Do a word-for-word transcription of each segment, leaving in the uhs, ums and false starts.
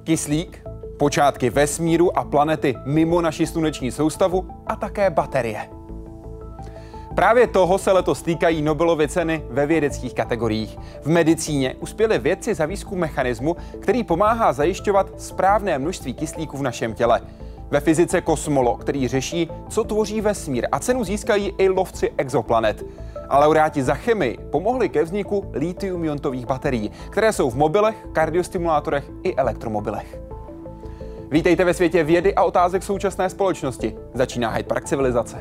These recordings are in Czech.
kyslík, počátky vesmíru a planety mimo naši sluneční soustavu a také baterie. Právě toho se letos týkají Nobelovy ceny ve vědeckých kategoriích. V medicíně uspěli vědci za výzkum mechanismu, který pomáhá zajišťovat správné množství kyslíku v našem těle. Ve fyzice kosmolog, který řeší, co tvoří vesmír, a cenu získají i lovci exoplanet. A laureáti za chemii pomohli ke vzniku lithium-iontových baterií, které jsou v mobilech, kardiostimulátorech i elektromobilech. Vítejte ve světě vědy a otázek současné společnosti. Začíná Hyde Park civilizace.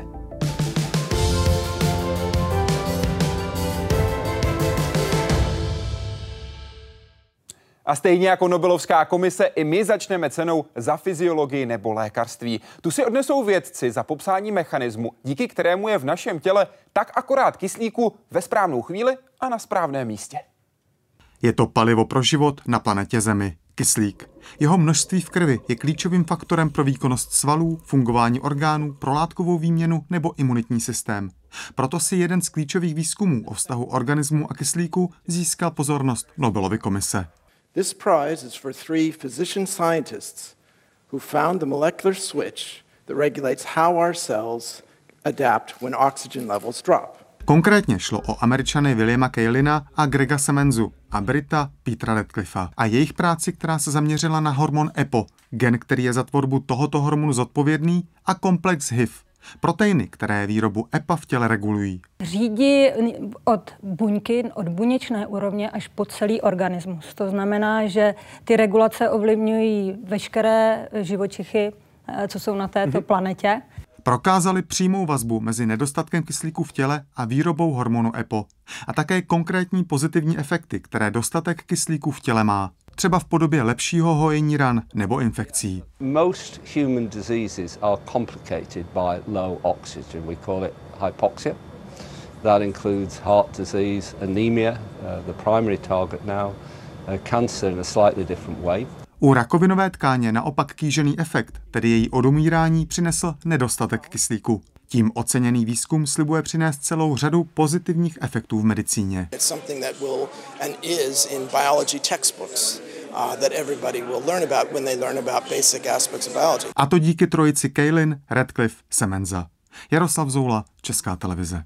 A stejně jako Nobelovská komise, i my začneme cenou za fyziologii nebo lékařství. Tu si odnesou vědci za popsání mechanismu, díky kterému je v našem těle tak akorát kyslíku ve správnou chvíli a na správném místě. Je to palivo pro život na planetě Zemi. Kyslík. Jeho množství v krvi je klíčovým faktorem pro výkonnost svalů, fungování orgánů, prolátkovou výměnu nebo imunitní systém. Proto si jeden z klíčových výzkumů o vztahu organismu a kyslíku získal pozornost Nobelovy komise. This prize is for three physician scientists who found the molecular switch that regulates how our cells adapt when oxygen levels drop. Konkrétně šlo o Američany Williama Kalina a Grega Semenzu a Brita Petera Radcliffa a jejich práci, která se zaměřila na hormon E P O, gen, který je za tvorbu tohoto hormonu zodpovědný, a komplex H I V, proteiny, které výrobu E P A v těle regulují. Řídí od buňky, od buněčné úrovně až po celý organismus. To znamená, že ty regulace ovlivňují veškeré živočichy, co jsou na této mm-hmm. planetě. Prokázali přímou vazbu mezi nedostatkem kyslíku v těle a výrobou hormonu E P O a také konkrétní pozitivní efekty, které dostatek kyslíku v těle má. Třeba v podobě lepšího hojení ran nebo infekcí. Most human diseases are complicated by low oxygen. We call it hypoxia. That includes heart disease, anemia, uh, the primary target now, uh, cancer in a slightly different way. U rakovinové tkáně naopak kýžený efekt, tedy její odumírání, přinesl nedostatek kyslíku. Tím oceněný výzkum slibuje přinést celou řadu pozitivních efektů v medicíně. A to díky trojici Kalin, Radcliffe, Semenza. Jaroslav Zoula, Česká televize.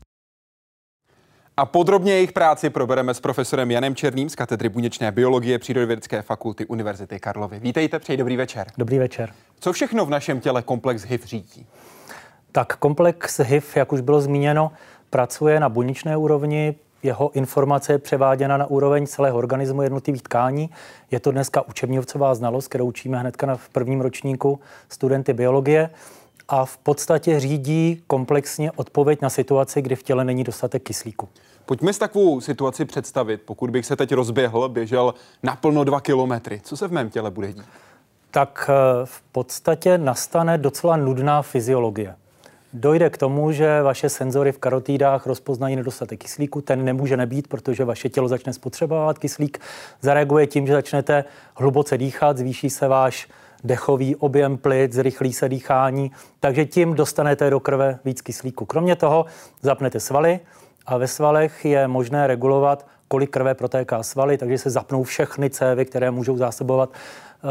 A podrobně jejich práci probereme s profesorem Janem Černým z katedry buněčné biologie Přírodovědecké fakulty Univerzity Karlovy. Vítejte, přeji dobrý večer. Dobrý večer. Co všechno v našem těle komplex H I V řídí? Tak komplex H I V, jak už bylo zmíněno, pracuje na buněčné úrovni. Jeho informace je převáděna na úroveň celého organismu jednotlivých tkání. Je to dneska učebnicová znalost, kterou učíme hnedka v prvním ročníku studenty biologie. A v podstatě řídí komplexně odpověď na situaci, kdy v těle není dostatek kyslíku. Pojďme si takovou situaci představit. Pokud bych se teď rozběhl, běžel naplno dva kilometry. Co se v mém těle bude dít? Tak v podstatě nastane docela nudná fyziologie. Dojde k tomu, že vaše senzory v karotidách rozpoznají nedostatek kyslíku. Ten nemůže nebýt, protože vaše tělo začne spotřebovávat kyslík. Zareaguje tím, že začnete hluboce dýchat, zvýší se váš dechový objem plic, zrychlí se dýchání, takže tím dostanete do krve víc kyslíku. Kromě toho zapnete svaly a ve svalech je možné regulovat, kolik krve protéká svaly, takže se zapnou všechny cévy, které můžou zásobovat uh,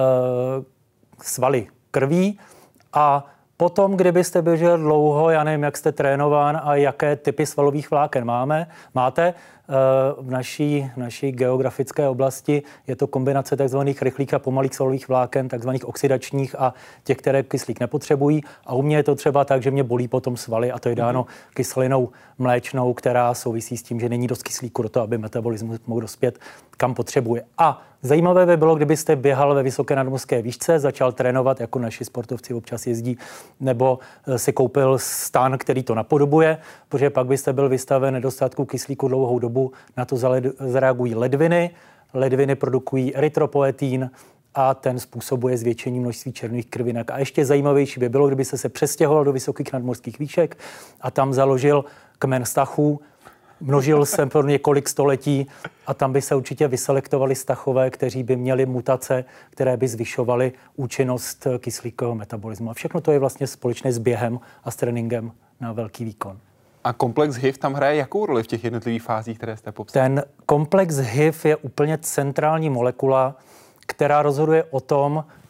svaly krví. A potom, kdybyste běžel dlouho, já nevím, jak jste trénován a jaké typy svalových vláken máme, máte, v naší, naší geografické oblasti je to kombinace tzv. Rychlých a pomalých svalových vláken, tzv. Oxidačních a těch, které kyslík nepotřebují. A u mě je to třeba tak, že mě bolí potom svaly a to je dáno kyselinou mléčnou, která souvisí s tím, že není dost kyslíku do toho, aby metabolismus mohl dospět, kam potřebuje. A zajímavé by bylo, kdybyste běhal ve vysoké nadmořské výšce, začal trénovat, jako naši sportovci občas jezdí, nebo si koupil stan, který to napodobuje, protože pak byste byl vystaven nedostatku kyslíku dlouhou dobu. Na to zareagují ledviny, ledviny produkují erytropoetin a ten způsobuje zvětšení množství černých krvinek. A ještě zajímavější by bylo, kdybyste se přestěhoval do vysokých nadmořských výšek a tam založil kmen stachů, množil jsem pro několik století a tam by se určitě vyselektovali stachové, kteří by měli mutace, které by zvyšovaly účinnost kyslíkového metabolismu. A všechno to je vlastně společné s během a s tréninkem na velký výkon. A komplex H I V tam hraje jakou roli v těch jednotlivých fázích, které jste popsali? Ten komplex H I V je úplně centrální molekula, která rozhoduje o tom,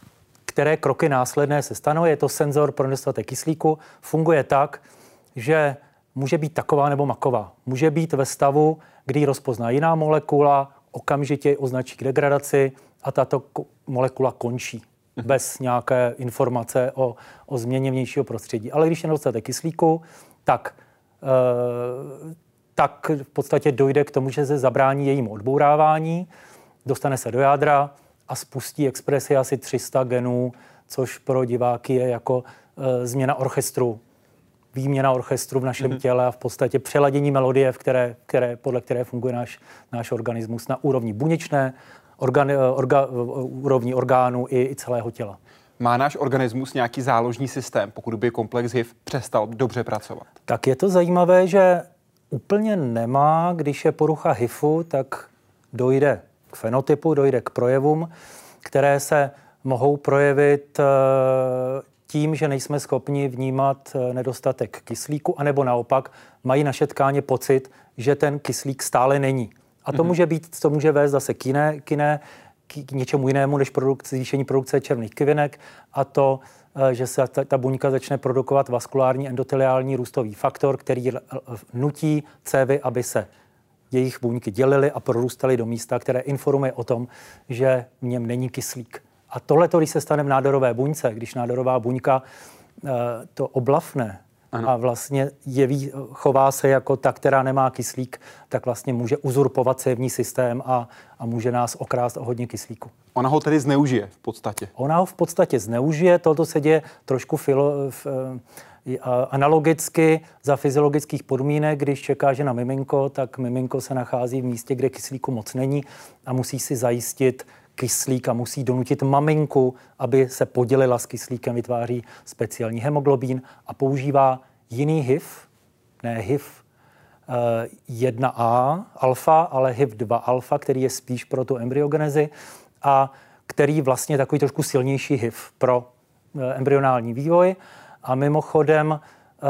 které kroky následné se stanou. Je to senzor pro nedostatek kyslíku. Funguje tak, že může být taková nebo maková. Může být ve stavu, kdy ji rozpozná jiná molekula, okamžitě označí k degradaci a tato molekula končí bez nějaké informace o, o změně vnějšího prostředí. Ale když je nedostatek kyslíku, tak, e, tak v podstatě dojde k tomu, že se zabrání jejímu odbourávání, dostane se do jádra a spustí expresi asi tři sta genů, což pro diváky je jako e, změna orchestru, výměna orchestru v našem mm-hmm. těle a v podstatě přeladění melodie, v které, které, podle které funguje náš, náš organismus na úrovni buněčné, organ, orga, úrovni orgánů i, i celého těla. Má náš organismus nějaký záložní systém, pokud by komplex H I V přestal dobře pracovat? Tak je to zajímavé, že úplně nemá. Když je porucha H I V u, tak dojde k fenotypu, dojde k projevům, které se mohou projevit tím, že nejsme schopni vnímat nedostatek kyslíku, anebo naopak mají naše tkáně pocit, že ten kyslík stále není. A to mm-hmm. může být, to může vést zase k, jiné, k, jiné, k něčemu jinému než produkce, zvýšení produkce černých kyvinek, a to, že se ta, ta buňka začne produkovat vaskulární endoteliální růstový faktor, který nutí cévy, aby se jejich buňky dělily a prorůstaly do místa, které informuje o tom, že v něm není kyslík. A tohleto, když se stane v nádorové buňce, když nádorová buňka to oblafne, ano. a vlastně jeví, chová se jako ta, která nemá kyslík, tak vlastně může uzurpovat cévní systém a, a může nás okrást o hodně kyslíku. Ona ho tedy zneužije v podstatě? Ona ho v podstatě zneužije. Toto se děje trošku filo, v, analogicky za fyziologických podmínek. Když čeká žena miminko, tak miminko se nachází v místě, kde kyslíku moc není a musí si zajistit kyslík a musí donutit maminku, aby se podělila s kyslíkem, vytváří speciální hemoglobín a používá jiný H I V, ne H I V jedna A alfa, ale H I V dva alfa, který je spíš pro tu embryogenezi a který vlastně je takový trošku silnější H I V pro embryonální vývoj. A mimochodem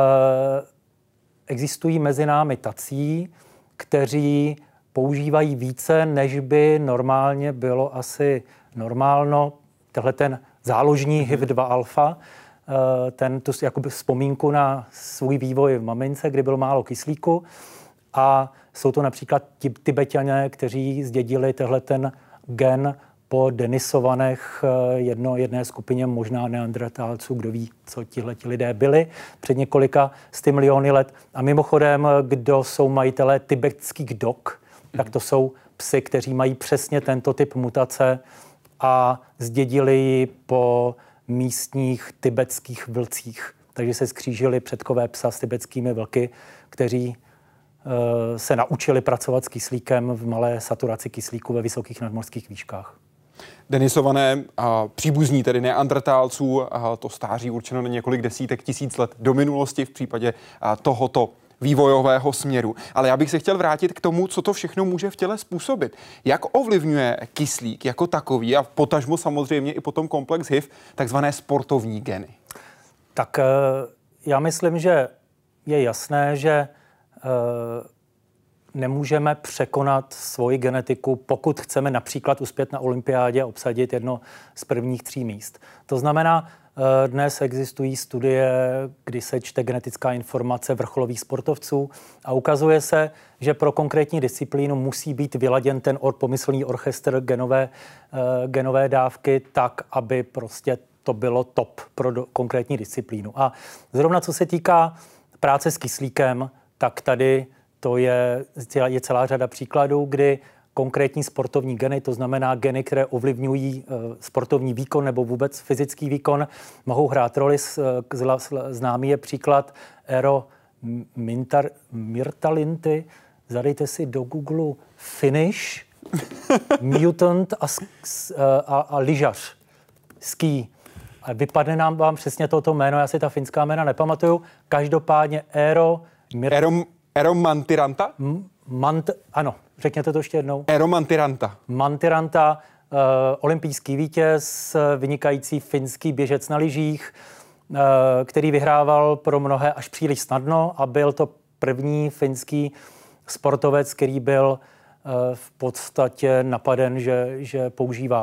existují mezi námi tací, kteří používají více, než by normálně bylo asi normálno. Tenhle ten záložní H I V dva alfa, ten tu jakoby vzpomínku na svůj vývoj v mamince, kdy bylo málo kyslíku. A jsou to například ti Tibetané, kteří zdědili tenhle ten gen po Denisovanech jedno, jedné skupině možná neandertálců, kdo ví, co tihleti lidé byli před několika sty miliony let. A mimochodem, kdo jsou majitelé tibetských dog, tak to jsou psy, kteří mají přesně tento typ mutace a zdědili ji po místních tibetských vlcích. Takže se skřížili předkové psa s tibetskými vlky, kteří e, se naučili pracovat s kyslíkem v malé saturaci kyslíku ve vysokých nadmořských výškách. Denisované a příbuzní tedy neandertálců, a to stáří určeno na několik desítek tisíc let do minulosti v případě a, tohoto vývojového směru. Ale já bych se chtěl vrátit k tomu, co to všechno může v těle způsobit. Jak ovlivňuje kyslík jako takový a potažmo samozřejmě i potom komplex H I V takzvané sportovní geny? Tak já myslím, že je jasné, že nemůžeme překonat svoji genetiku, pokud chceme například uspět na olympiádě a obsadit jedno z prvních tří míst. To znamená, dnes existují studie, kdy se čte genetická informace vrcholových sportovců a ukazuje se, že pro konkrétní disciplínu musí být vyladěn ten or, pomyslný orchestr genové, genové dávky tak, aby prostě to bylo top pro do, konkrétní disciplínu. A zrovna co se týká práce s kyslíkem, tak tady to je, je celá řada příkladů, kdy konkrétní sportovní geny, to znamená geny, které ovlivňují uh, sportovní výkon nebo vůbec fyzický výkon, mohou hrát roli. Známý je příklad Eero Mintar, Mirtalinty. Zadejte si do Google Finnish, mutant a, a, a lyžař, ski. A vypadne nám vám přesně toto jméno, já si ta finská jména nepamatuju. Každopádně Eero Mir... Eero, Eero Mantiranta? Mant, ano, řekněte to ještě jednou. Eero Mantiranta. Mantiranta, uh, olympijský vítěz, vynikající finský běžec na lyžích, uh, který vyhrával pro mnohé až příliš snadno a byl to první finský sportovec, který byl uh, v podstatě napaden, že, že používá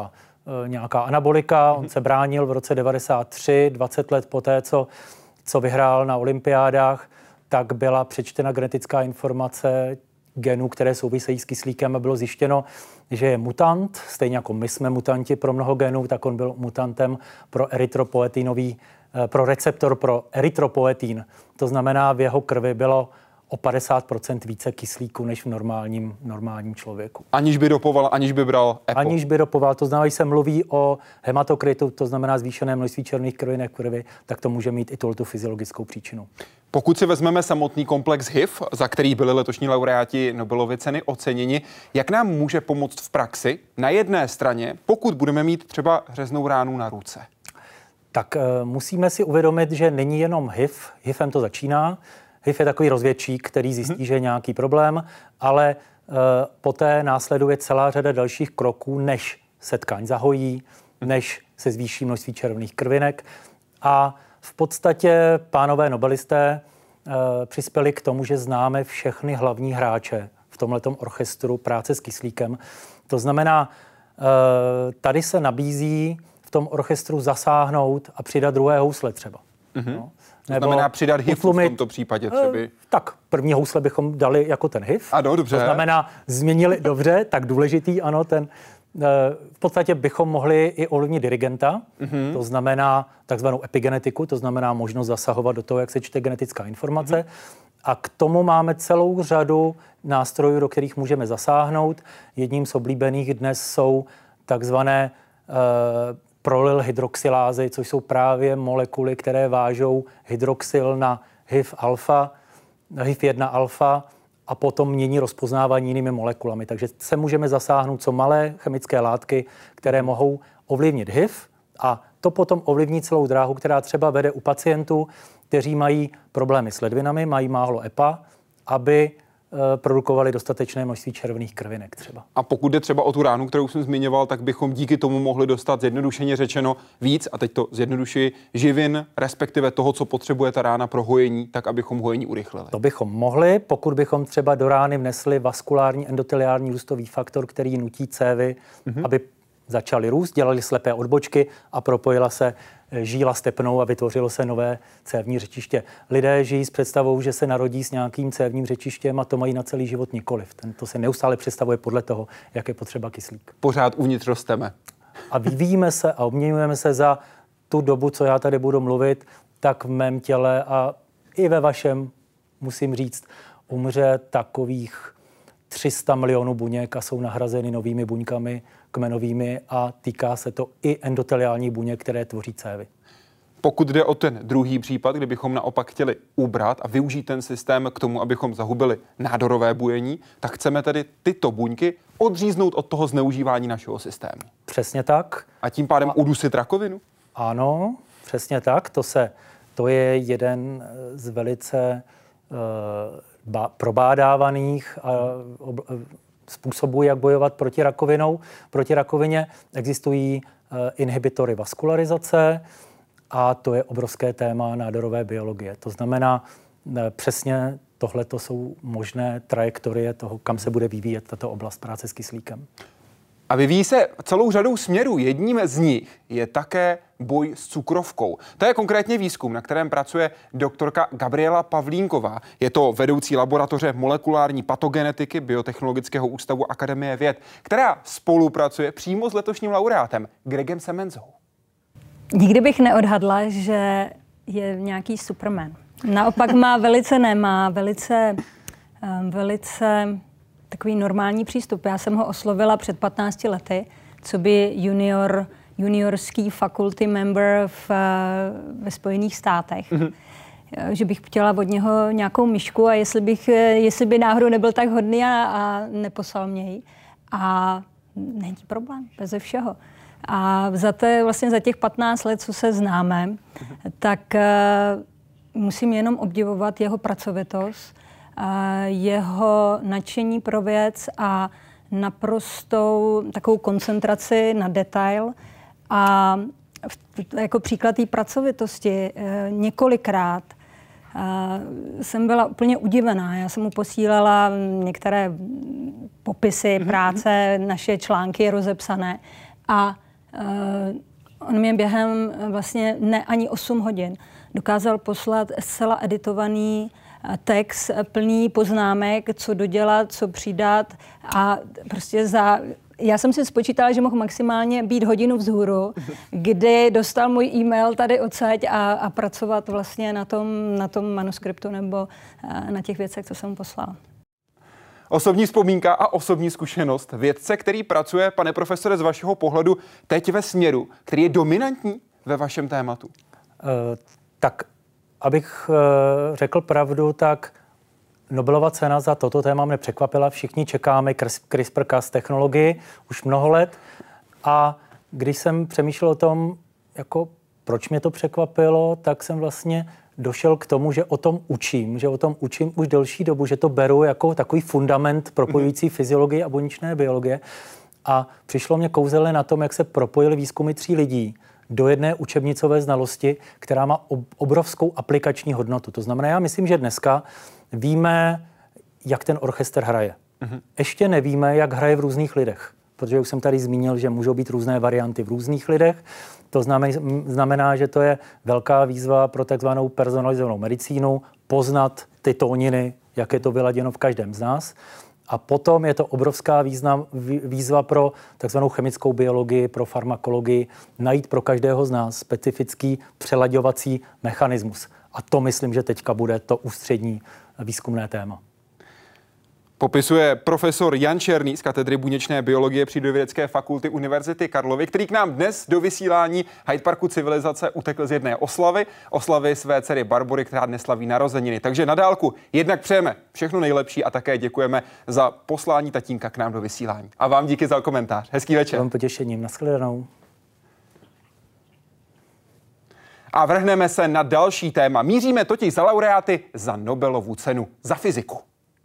nějaká anabolika, on se bránil v roce devadesát tři, dvacet let poté, co, co vyhrál na olympiádách, tak byla přečtena genetická informace genů, které souvisejí s kyslíkem a bylo zjištěno, že je mutant, stejně jako my jsme mutanti pro mnoho genů, tak on byl mutantem pro erytropoetinový, pro receptor pro erytropoetin. To znamená, v jeho krvi bylo o padesát procent více kyslíku než v normálním, normálním člověku. Aniž by dopoval, aniž by bral EPO. Aniž by dopoval, to znamená, že se mluví o hematokritu, to znamená zvýšené množství černých krvinek v krvi, tak to může mít i tu fyziologickou příčinu. Pokud si vezmeme samotný komplex H I V, za který byli letošní laureáti Nobelovy ceny oceněni, jak nám může pomoct v praxi na jedné straně, pokud budeme mít třeba řeznou ránu na ruce? Tak uh, musíme si uvědomit, že není jenom H I V, HIVem to začíná. H I V je takový rozvědčík, který zjistí, hmm. že je nějaký problém, ale uh, poté následuje celá řada dalších kroků, než se tkáň zahojí, hmm. než se zvýší množství červených krvinek. A v podstatě pánové nobelisté uh, přispěli k tomu, že známe všechny hlavní hráče v tomhletom orchestru práce s kyslíkem. To znamená, uh, tady se nabízí v tom orchestru zasáhnout a přidat druhé housle třeba. Mm-hmm. No. To znamená přidat H I V v tomto případě třeba? Uh, tak, první housle bychom dali jako ten H I V. A do, dobře. To znamená, změnili, dobře, tak důležitý, ano, ten v podstatě bychom mohli i ovlivnit dirigenta, mm-hmm. to znamená takzvanou epigenetiku, to znamená možnost zasahovat do toho, jak se čte genetická informace. Mm-hmm. A k tomu máme celou řadu nástrojů, do kterých můžeme zasáhnout. Jedním z oblíbených dnes jsou takzvané uh, prolylhydroxylázy, což jsou právě molekuly, které vážou hydroxyl na H I V alfa, H I V jedna alfa, a potom mění rozpoznávání jinými molekulami. Takže se můžeme zasáhnout co malé chemické látky, které mohou ovlivnit H I V, a to potom ovlivní celou dráhu, která třeba vede u pacientů, kteří mají problémy s ledvinami, mají málo E P A, aby e, produkovali dostatečné množství červených krvinek třeba. A pokud jde třeba o tu ránu, kterou jsem zmiňoval, tak bychom díky tomu mohli dostat, zjednodušeně řečeno, víc, a teď to zjednodušuji, živin, respektive toho, co potřebuje ta rána pro hojení, tak abychom hojení urychlili. To bychom mohli, pokud bychom třeba do rány vnesli vaskulární endoteliální růstový faktor, který nutí cévy, mm-hmm. aby začaly růst, dělali slepé odbočky a propojila se žíla s tepnou a vytvořilo se nové cévní řečiště. Lidé žijí s představou, že se narodí s nějakým cévním řečištěm a to mají na celý život nikoliv. Ten to se neustále představuje podle toho, jak je potřeba kyslík. Pořád uvnitř rosteme. A vyvíjíme se a obměňujeme se za tu dobu, co já tady budu mluvit, tak v mém těle a i ve vašem, musím říct, umře takových tři sta milionů buněk a jsou nahrazeny novými buňkami kmenovými a týká se to i endoteliálních buněk, které tvoří cévy. Pokud jde o ten druhý případ, kdybychom naopak chtěli ubrat a využít ten systém k tomu, abychom zahubili nádorové bujení, tak chceme tedy tyto buňky odříznout od toho zneužívání našeho systému. Přesně tak. A tím pádem a... udusit rakovinu? Ano, přesně tak. To, se, to je jeden z velice uh, ba, probádávaných a ob, způsobů, jak bojovat proti rakovinou. Proti rakovině existují uh, inhibitory vaskularizace a to je obrovské téma nádorové biologie. To znamená, uh, přesně tohle to jsou možné trajektorie toho, kam se bude vyvíjet tato oblast práce s kyslíkem. A vyvíjí se celou řadou směrů. Jedním z nich je také boj s cukrovkou. To je konkrétně výzkum, na kterém pracuje doktorka Gabriela Pavlínková. Je to vedoucí laboratoře molekulární patogenetiky Biotechnologického ústavu Akademie věd, která spolupracuje přímo s letošním laureátem Gregem Semenzou. Nikdy bych neodhadla, že je nějaký Superman. Naopak má velice nemá, velice, velice takový normální přístup. Já jsem ho oslovila před patnácti lety, co by junior, juniorský faculty member v, ve Spojených státech. Mm-hmm. Že bych chtěla od něho nějakou myšku a jestli, bych, jestli by náhodou nebyl tak hodný a, a neposlal mě ji. A není problém, beze všeho. A za, te, vlastně za těch patnáct let, co se známe, mm-hmm. tak uh, musím jenom obdivovat jeho pracovitost, jeho nadšení pro věc a naprostou takovou koncentraci na detail. A jako příklad té pracovitosti několikrát jsem byla úplně udivená. Já jsem mu posílala některé popisy práce, naše články rozepsané a On mě během vlastně ne ani osm hodin dokázal poslat zcela editovaný text plný poznámek, co dodělat, co přidat a prostě za... Já jsem si spočítala, že mohl maximálně být hodinu vzhůru, kdy dostal můj e-mail tady odsaď a, a pracovat vlastně na tom, na tom manuskriptu nebo na těch věcech, co jsem poslala. Osobní vzpomínka a osobní zkušenost vědce, který pracuje, pane profesore, z vašeho pohledu teď ve směru, který je dominantní ve vašem tématu? Uh, tak, abych uh, řekl pravdu, tak Nobelova cena za toto téma mě překvapila. Všichni čekáme CRISPR Cas technologii už mnoho let. A když jsem přemýšlel o tom, jako proč mě to překvapilo, tak jsem vlastně došel k tomu, že o tom učím, že o tom učím už delší dobu, že to beru jako takový fundament propojující fyziologii a buněčné biologie. A přišlo mě kouzelné na tom, jak se propojily výzkumy tří lidí do jedné učebnicové znalosti, která má obrovskou aplikační hodnotu. To znamená, já myslím, že dneska víme, jak ten orchestr hraje. Uh-huh. Ještě nevíme, jak hraje v různých lidech, protože už jsem tady zmínil, že můžou být různé varianty v různých lidech. To znamená, že to je velká výzva pro takzvanou personalizovanou medicínu, poznat ty tóniny, jak je to vyladěno v každém z nás. A potom je to obrovská význam, výzva pro takzvanou chemickou biologii, pro farmakologii, najít pro každého z nás specifický přelaďovací mechanismus. A to myslím, že teďka bude to ústřední výzkumné téma. Popisuje profesor Jan Černý z katedry buněčné biologie Přírodovědecké fakulty Univerzity Karlovy, který k nám dnes do vysílání Hyde Parku civilizace utekl z jedné oslavy, oslavy své dcery Barbory, která dnes slaví narozeniny. Takže na dálku jednak přejeme všechno nejlepší a také děkujeme za poslání tatínka k nám do vysílání. A vám díky za komentář. Hezký večer. Vám potěšením. Nashledanou. A vrhneme se na další téma. Míříme totiž za laureáty za Nobelovu cenu za fyziku.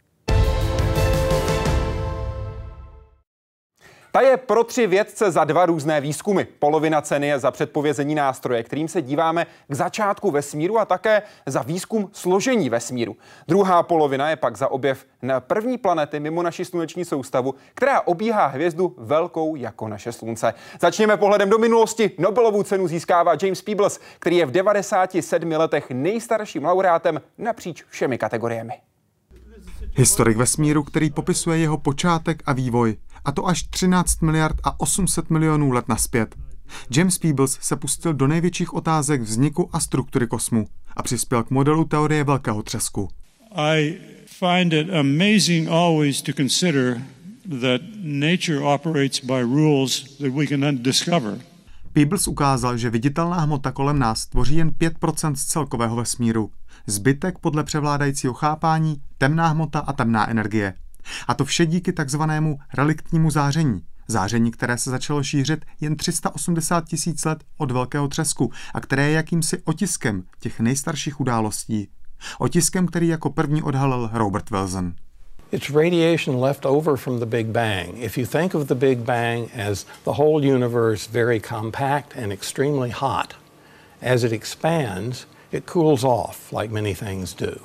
Ta je pro tři vědce za dva různé výzkumy. Polovina ceny je za předpovězení nástroje, kterým se díváme k začátku vesmíru a také za výzkum složení vesmíru. Druhá polovina je pak za objev na první planety mimo naši sluneční soustavu, která obíhá hvězdu velkou jako naše slunce. Začněme pohledem do minulosti. Nobelovu cenu získává James Peebles, který je v devadesáti sedmi letech nejstarším laureátem napříč všemi kategoriemi. Historik vesmíru, který popisuje jeho počátek a vývoj, a to až třináct miliard a osm set milionů let nazpět. James Peebles se pustil do největších otázek vzniku a struktury kosmu a přispěl k modelu teorie velkého třesku. I find it amazing always to consider that nature operates by rules that we can discover. Peebles ukázal, že viditelná hmota kolem nás tvoří jen pět procent z celkového vesmíru. Zbytek podle převládajícího chápání temná hmota a temná energie. A to vše díky takzvanému reliktnímu záření. Záření, které se začalo šířit jen tři sta osmdesát tisíc let od velkého třesku a které je jakýmsi otiskem těch nejstarších událostí. Otiskem, který jako první odhalil Robert Wilson. It's radiation left over from the Big Bang. If you think of the Big Bang as the whole universe very compact and extremely hot, as it expands, it cools off like many things do.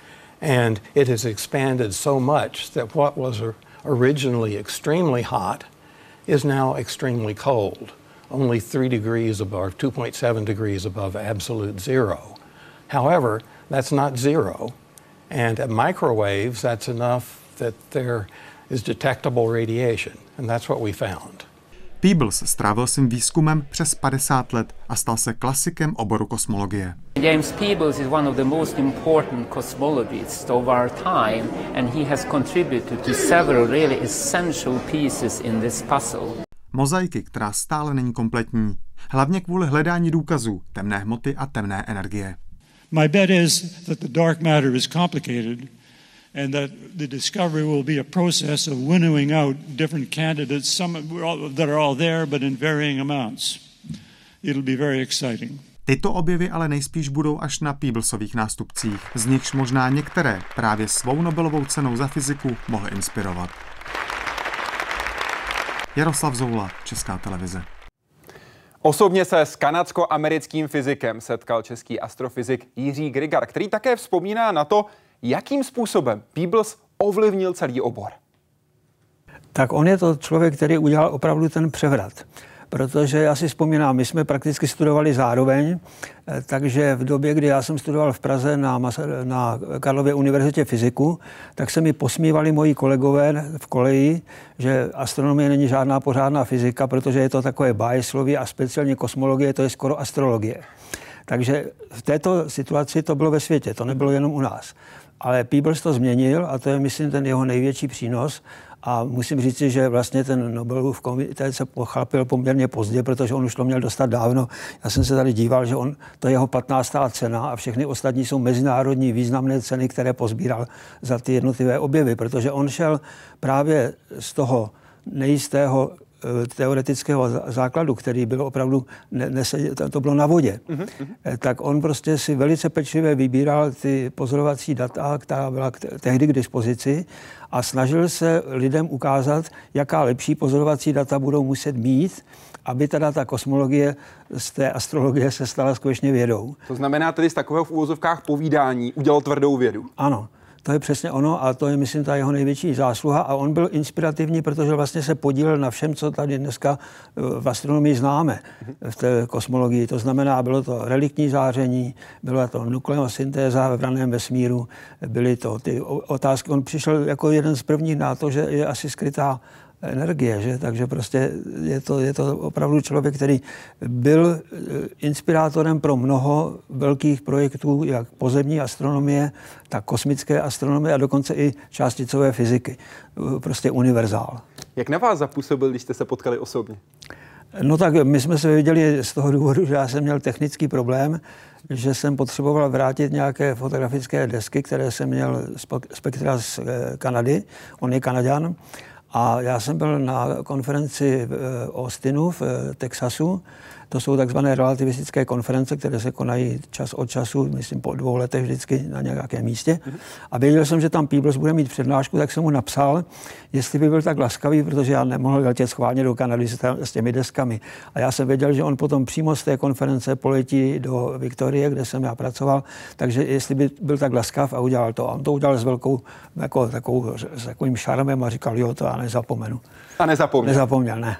And it has expanded so much that what was originally extremely hot is now extremely cold, only three degrees above, two point seven degrees above absolute zero. However, that's not zero. And at microwaves, that's enough that there is detectable radiation. And that's what we found. Peebles strávil svým výzkumem přes padesát let a stal se klasikem oboru kosmologie. James Peebles is one of the most important cosmologists of our time, and he has contributed to several really essential pieces in this puzzle. Mozaiky, která stále není kompletní, hlavně kvůli hledání důkazů temné hmoty a temné energie. My bet is that the dark matter is complicated and that the discovery will be a process of winnowing out different candidates, some that are all there, but in varying amounts. It'll be very exciting. Tyto objevy ale nejspíš budou až na Peeblesových nástupcích, z nichž možná některé právě svou Nobelovou cenou za fyziku mohly inspirovat. Jaroslav Zoula, Česká televize. Osobně se s kanadsko-americkým fyzikem setkal český astrofyzik Jiří Grigar, který také vzpomíná na to, jakým způsobem Peebles ovlivnil celý obor. Tak on je to člověk, který udělal opravdu ten převrat. protože já si vzpomínám, my jsme prakticky studovali zároveň, takže v době, kdy já jsem studoval v Praze na, na Karlově univerzitě fyziku, tak se mi posmívali moji kolegové v koleji, že astronomie není žádná pořádná fyzika, protože je to takové bájesloví a speciálně kosmologie, to je skoro astrologie. Takže v této situaci to bylo ve světě, to nebylo jenom u nás. Ale Peebles to změnil a to je, myslím, ten jeho největší přínos. A musím říct, že vlastně ten Nobelův komitét se pochlapil poměrně pozdě, protože on už to měl dostat dávno. Já jsem se tady díval, že on, to je jeho patnáctá cena a všechny ostatní jsou mezinárodní významné ceny, které pozbíral za ty jednotlivé objevy, protože on šel právě z toho nejistého teoretického základu, který byl opravdu, ne, ne, to bylo na vodě, mm-hmm. tak on prostě si velice pečlivě vybíral ty pozorovací data, která byla tehdy k dispozici a snažil se lidem ukázat, jaká lepší pozorovací data budou muset mít, aby teda ta kosmologie z té astrologie se stala skutečně vědou. To znamená tedy z takového v úvozovkách povídání udělal tvrdou vědu? Ano. To je přesně ono a to je, myslím, ta jeho největší zásluha a on byl inspirativní, protože vlastně se podílel na všem, co tady dneska v astronomii známe, v té kosmologii. To znamená, bylo to reliktní záření, byla to nukleosyntéza v raném vesmíru, byly to ty otázky. On přišel jako jeden z prvních na to, že je asi skrytá energie, že? Takže prostě je to, je to opravdu člověk, který byl inspirátorem pro mnoho velkých projektů, jak pozemní astronomie, tak kosmické astronomie a dokonce i částicové fyziky. Prostě univerzál. Jak na vás zapůsobil, když jste se potkali osobně? No tak my jsme se viděli z toho důvodu, že já jsem měl technický problém, že jsem potřeboval vrátit nějaké fotografické desky, které jsem měl spektra z Kanady. On je Kanaďan. A já jsem byl na konferenci v Austinu v Texasu. To jsou takzvané relativistické konference, které se konají čas od času, myslím po dvou letech vždycky na nějakém místě. A věděl jsem, že tam Peebles bude mít přednášku, tak jsem mu napsal, jestli by byl tak laskavý, protože já nemohl letět schválně do Kanady s těmi deskami. A já jsem věděl, že on potom přímo z té konference poletí do Viktorie, kde jsem já pracoval, takže jestli by byl tak laskav a udělal to. A on to udělal s velkou, jako, takovou, s takovým šarmem a říkal, jo, to já nezapomenu. A nezapomněl? Nezapomněl, ne.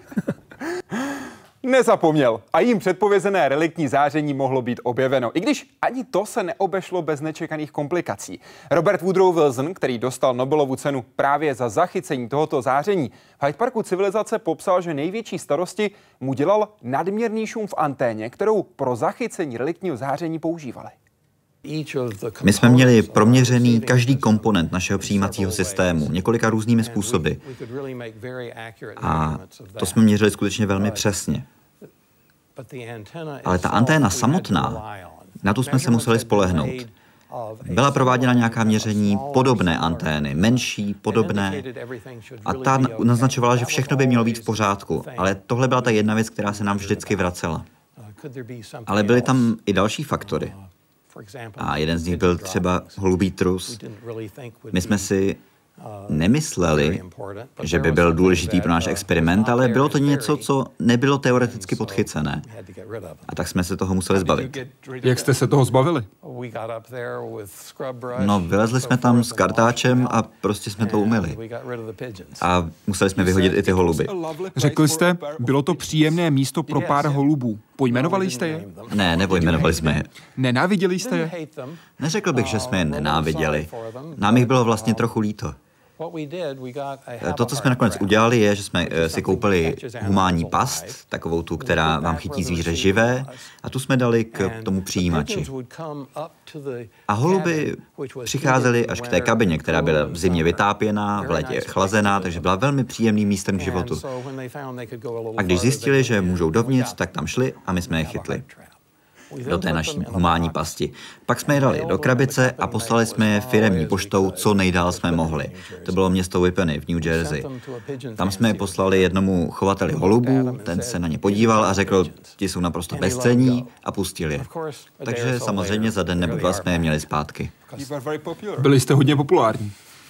Nezapomněl. A jím předpovězené reliktní záření mohlo být objeveno. I když ani to se neobešlo bez nečekaných komplikací. Robert Woodrow Wilson, který dostal Nobelovu cenu právě za zachycení tohoto záření, v Hyde Parku civilizace popsal, že největší starosti mu dělal nadměrný šum v anténě, kterou pro zachycení reliktního záření používali. My jsme měli proměřený každý komponent našeho přijímacího systému několika různými způsoby. A to jsme měřili skutečně velmi přesně. Ale ta anténa samotná, na tu jsme se museli spolehnout. Byla prováděna nějaká měření podobné antény, menší, podobné. A ta naznačovala, že všechno by mělo být v pořádku. Ale tohle byla ta jedna věc, která se nám vždycky vracela. Ale byly tam i další faktory. A jeden z nich byl třeba holubý trus. My jsme si nemysleli, že by byl důležitý pro náš experiment, ale bylo to něco, co nebylo teoreticky podchycené. A tak jsme se toho museli zbavit. Jak jste se toho zbavili? No, vylezli jsme tam s kartáčem a prostě jsme to umyli. A museli jsme vyhodit i ty holuby. Řekli jste, bylo to příjemné místo pro pár holubů. Pojmenovali jste je? Ne, nepojmenovali jsme je. Nenáviděli jste je? Neřekl bych, že jsme je nenáviděli. Nám jich bylo vlastně trochu líto. To, co jsme nakonec udělali, je, že jsme si koupili humánní past, takovou tu, která vám chytí zvíře živé, a tu jsme dali k tomu přijímači. A holuby přicházely až k té kabině, která byla v zimě vytápěná, v létě chlazená, takže byla velmi příjemným místem k životu. A když zjistili, že můžou dovnitř, tak tam šli a my jsme je chytli do té naší humánní pasti. Pak jsme je dali do krabice a poslali jsme je firemní poštou, co nejdál jsme mohli. To bylo město Whippany v New Jersey. Tam jsme je poslali jednomu chovateli holubů, ten se na ně podíval a řekl, ti jsou naprosto bezcenní a pustil je. Takže samozřejmě za den nebo dva jsme je měli zpátky. Byli jste hodně populární.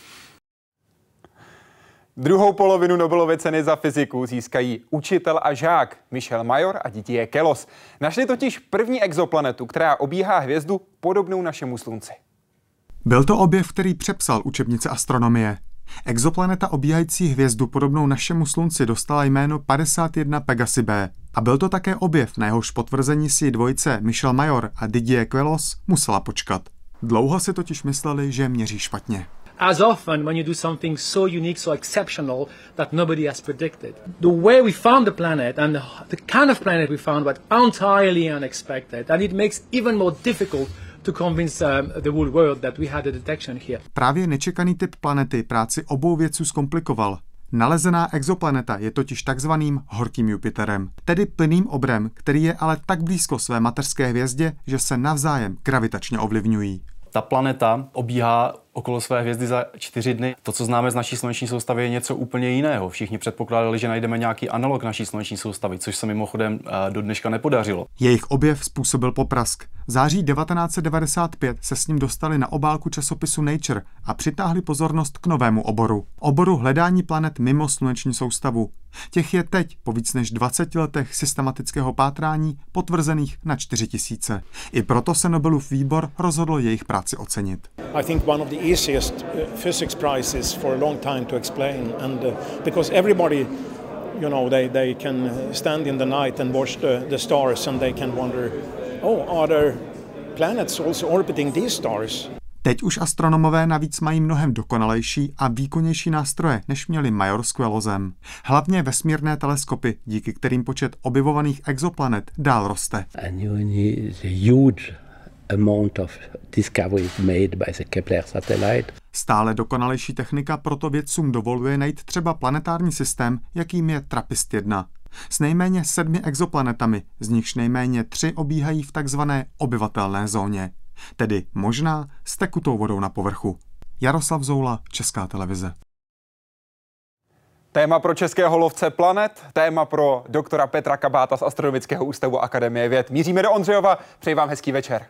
Druhou polovinu Nobelovy ceny za fyziku získají učitel a žák Michel Mayor a Didier Queloz. Našli totiž první exoplanetu, která obíhá hvězdu podobnou našemu Slunci. Byl to objev, který přepsal učebnice astronomie. Exoplaneta obíhající hvězdu podobnou našemu Slunci dostala jméno padesát jedna Pegasi B. A byl to také objev, na jehož potvrzení si dvojice Michel Mayor a Didier Queloz musela počkat. Dlouho si totiž mysleli, že měří špatně. As often when you do something so unique, so exceptional that nobody has predicted. The way we found the planet and the, the kind of planet we found was entirely unexpected, and it makes even more difficult to convince um, the whole world that we had a detection here. Právě nečekaný typ planety práci obou vědců zkomplikoval. Nalezená exoplaneta je totiž takzvaným horkým Jupiterem, tedy plyným obrem, který je ale tak blízko své mateřské hvězdě, že se navzájem gravitačně ovlivňují. Ta planeta obíhá okolo své hvězdy za čtyři dny. To, co známe z naší sluneční soustavy, je něco úplně jiného. Všichni předpokládali, že najdeme nějaký analog naší sluneční soustavy, což se mimochodem do dneška nepodařilo. Jejich objev způsobil poprask. V září devatenáct set devadesát pět se s ním dostali na obálku časopisu Nature a přitáhli pozornost k novému oboru. Oboru hledání planet mimo sluneční soustavu. Těch je teď, po víc než dvaceti letech systematického pátrání, potvrzených na čtyři tisíce. I proto se Nobelův výbor rozhodl jejich práci ocenit. I think one of the easiest physics prizes for a long time to explain, and uh, because everybody, you know, they, they can stand in the night and watch the, the stars and they can wonder, oh, are there planets also orbiting these stars? Teď už astronomové navíc mají mnohem dokonalejší a výkonnější nástroje, než měli Mayor s Quelozem. Hlavně vesmírné teleskopy, díky kterým počet objevovaných exoplanet dál roste. And you need a huge amount of discoveries made by the Kepler satellite. Stále dokonalejší technika proto vědcům dovoluje najít třeba planetární systém, jakým je Trappist jedna. S nejméně sedmi exoplanetami, z nichž nejméně tři obíhají v takzvané obyvatelné zóně. Tedy možná s tekutou vodou na povrchu. Jaroslav Zoula, Česká televize. Téma pro českého lovce planet, téma pro doktora Petra Kabáta z Astronomického ústavu Akademie věd. Míříme do Ondřejova, přeji vám hezký večer.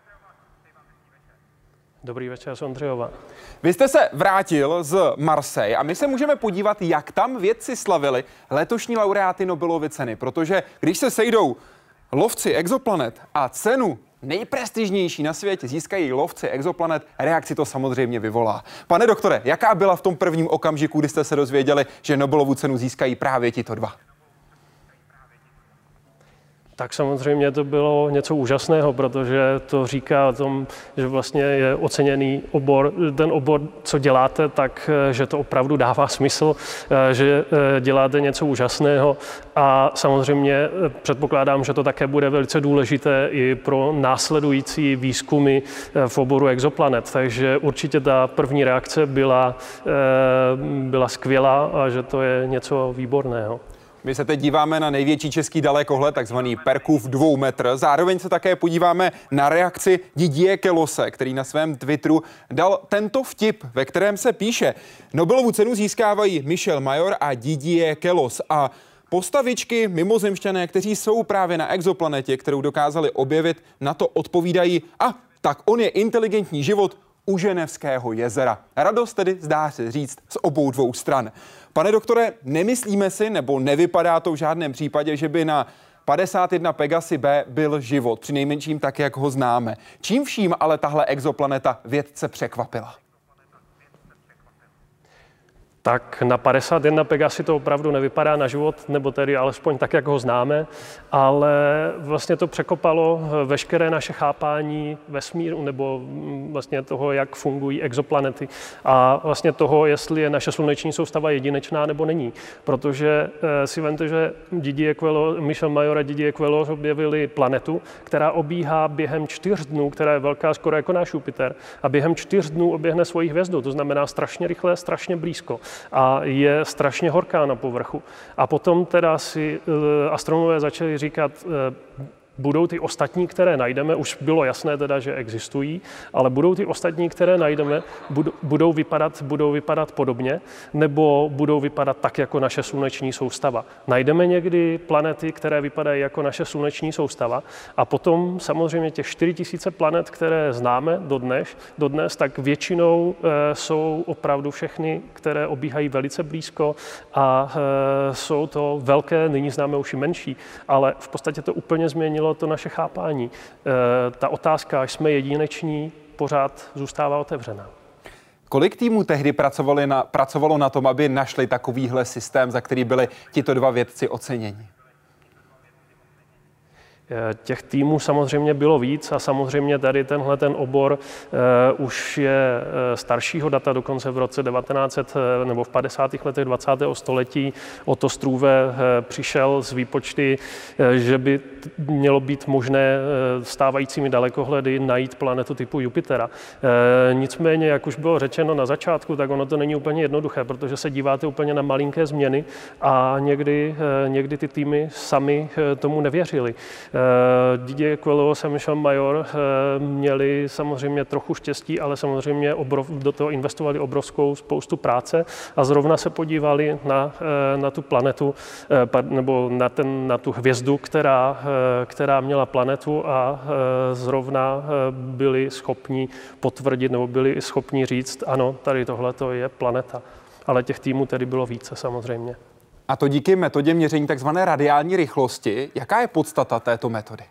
Dobrý večer z Ondřejova. Vy jste se vrátil z Marseille a my se můžeme podívat, jak tam vědci slavili letošní laureáty Nobelovy ceny, protože když se sejdou lovci exoplanet a cenu nejprestižnější na světě získají lovci exoplanet, reakci to samozřejmě vyvolá. Pane doktore, jaká byla v tom prvním okamžiku, kdy jste se dozvěděli, že Nobelovu cenu získají právě tito dva? Tak samozřejmě to bylo něco úžasného, protože to říká o tom, že vlastně je oceněný obor, ten obor, co děláte, tak že to opravdu dává smysl, že děláte něco úžasného a samozřejmě předpokládám, že to také bude velice důležité i pro následující výzkumy v oboru exoplanet. Takže určitě ta první reakce byla, byla skvělá a že to je něco výborného. My se teď díváme na největší český dalekohled, takzvaný Perkův dvoumetr. Zároveň se také podíváme na reakci Didiera Queloze, který na svém Twitteru dal tento vtip, ve kterém se píše: Nobelovu cenu získávají Michel Mayor a Didier Queloz a postavičky mimozemšťané, kteří jsou právě na exoplanetě, kterou dokázali objevit, na to odpovídají: a tak on je inteligentní život u Ženevského jezera. Radost tedy zdá se říct z obou dvou stran. Pane doktore, nemyslíme si, nebo nevypadá to v žádném případě, že by na padesát jedna Pegasi B byl život, přinejmenším tak, jak ho známe. Čím vším ale tahle exoplaneta vědce překvapila? Tak na padesát jedna Pegasi to opravdu nevypadá na život, nebo tedy alespoň tak, jak ho známe, ale vlastně to překopalo veškeré naše chápání vesmíru, nebo vlastně toho, jak fungují exoplanety a vlastně toho, jestli je naše sluneční soustava jedinečná nebo není. Protože si vemte, že Didier Queloz, Michel Mayor a Didier Queloz objevili planetu, která obíhá během čtyř dnů, která je velká skoro jako náš Jupiter, a během čtyř dnů oběhne svoji hvězdu, to znamená strašně rychle, strašně blízko. A je strašně horká na povrchu. A potom teda si e, astronomové začali říkat, e, budou ty ostatní, které najdeme, už bylo jasné teda, že existují, ale budou ty ostatní, které najdeme, budou, budou, vypadat, budou vypadat podobně, nebo budou vypadat tak, jako naše sluneční soustava. Najdeme někdy planety, které vypadají jako naše sluneční soustava a potom samozřejmě těch čtyři tisíce planet, které známe dodnes, dodnes tak většinou e, jsou opravdu všechny, které obíhají velice blízko a e, jsou to velké, nyní známe už i menší, ale v podstatě to úplně změnilo to naše chápání. E, ta otázka, až jsme jedineční, pořád zůstává otevřená. Kolik týmů tehdy pracovalo na, pracovalo na tom, aby našli takovýhle systém, za který byli tito dva vědci oceněni? Těch týmů samozřejmě bylo víc a samozřejmě tady tenhle ten obor uh, už je uh, staršího data, dokonce v roce devatenáct set uh, nebo v padesátých letech dvacátého století Otto Struve uh, přišel s výpočty, uh, že by t- mělo být možné uh, stávajícími dalekohledy najít planetu typu Jupitera. Uh, nicméně, jak už bylo řečeno na začátku, tak ono to není úplně jednoduché, protože se díváte úplně na malinké změny a někdy, uh, někdy ty týmy sami uh, tomu nevěřili. Didier Queloz a Michel Mayor měli samozřejmě trochu štěstí, ale samozřejmě obrov, do toho investovali obrovskou spoustu práce a zrovna se podívali na, na tu planetu nebo na, ten, na tu hvězdu, která, která měla planetu a zrovna byli schopni potvrdit nebo byli schopni říct, ano, tady tohle to je planeta. Ale těch týmů tedy bylo více samozřejmě. A to díky metodě měření tzv. Radiální rychlosti. Jaká je podstata této metody?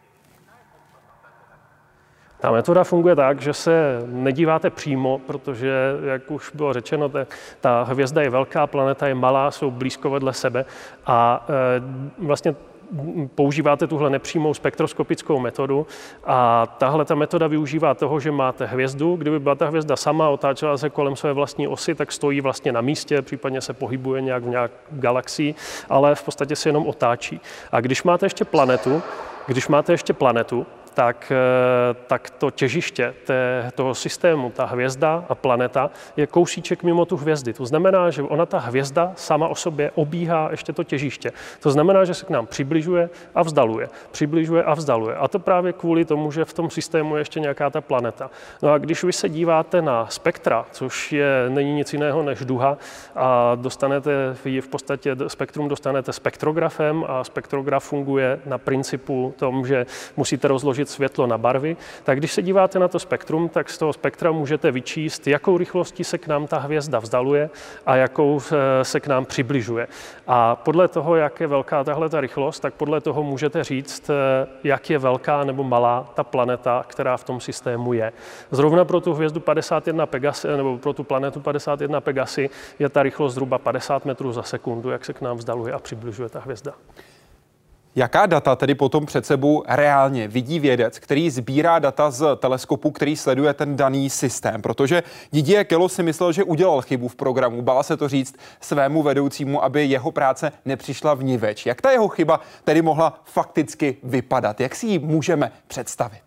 Ta metoda funguje tak, že se nedíváte přímo, protože, jak už bylo řečeno, ta hvězda je velká, planeta je malá, jsou blízko vedle sebe a e, vlastně používáte tuhle nepřímou spektroskopickou metodu a tahle ta metoda využívá toho, že máte hvězdu. Kdyby byla ta hvězda sama, otáčela se kolem své vlastní osy, tak stojí vlastně na místě, případně se pohybuje nějak v nějak galaxii, ale v podstatě se jenom otáčí. A když máte ještě planetu, když máte ještě planetu, tak, tak to těžiště té, toho systému, ta hvězda a planeta, je kousíček mimo tu hvězdy. To znamená, že ona, ta hvězda, sama o sobě obíhá ještě to těžiště. To znamená, že se k nám přibližuje a vzdaluje. Přibližuje a vzdaluje. A to právě kvůli tomu, že v tom systému je ještě nějaká ta planeta. No a když vy se díváte na spektra, což je, není nic jiného než duha, a dostanete v podstatě spektrum dostanete spektrografem a spektrograf funguje na principu tom, že musíte rozložit světlo na barvy, tak když se díváte na to spektrum, tak z toho spektra můžete vyčíst, jakou rychlostí se k nám ta hvězda vzdaluje a jakou se k nám přibližuje. A podle toho, jak je velká tahle ta rychlost, tak podle toho můžete říct, jak je velká nebo malá ta planeta, která v tom systému je. Zrovna pro tu hvězdu padesát jedna Pegasi, nebo pro tu planetu padesát jedna Pegasi je ta rychlost zhruba padesát metrů za sekundu, jak se k nám vzdaluje a přibližuje ta hvězda. Jaká data tedy potom před sebou reálně vidí vědec, který sbírá data z teleskopu, který sleduje ten daný systém? Protože Didier Queloz si myslel, že udělal chybu v programu. Bál se to říct svému vedoucímu, aby jeho práce nepřišla vniveč. Jak ta jeho chyba tedy mohla fakticky vypadat? Jak si ji můžeme představit?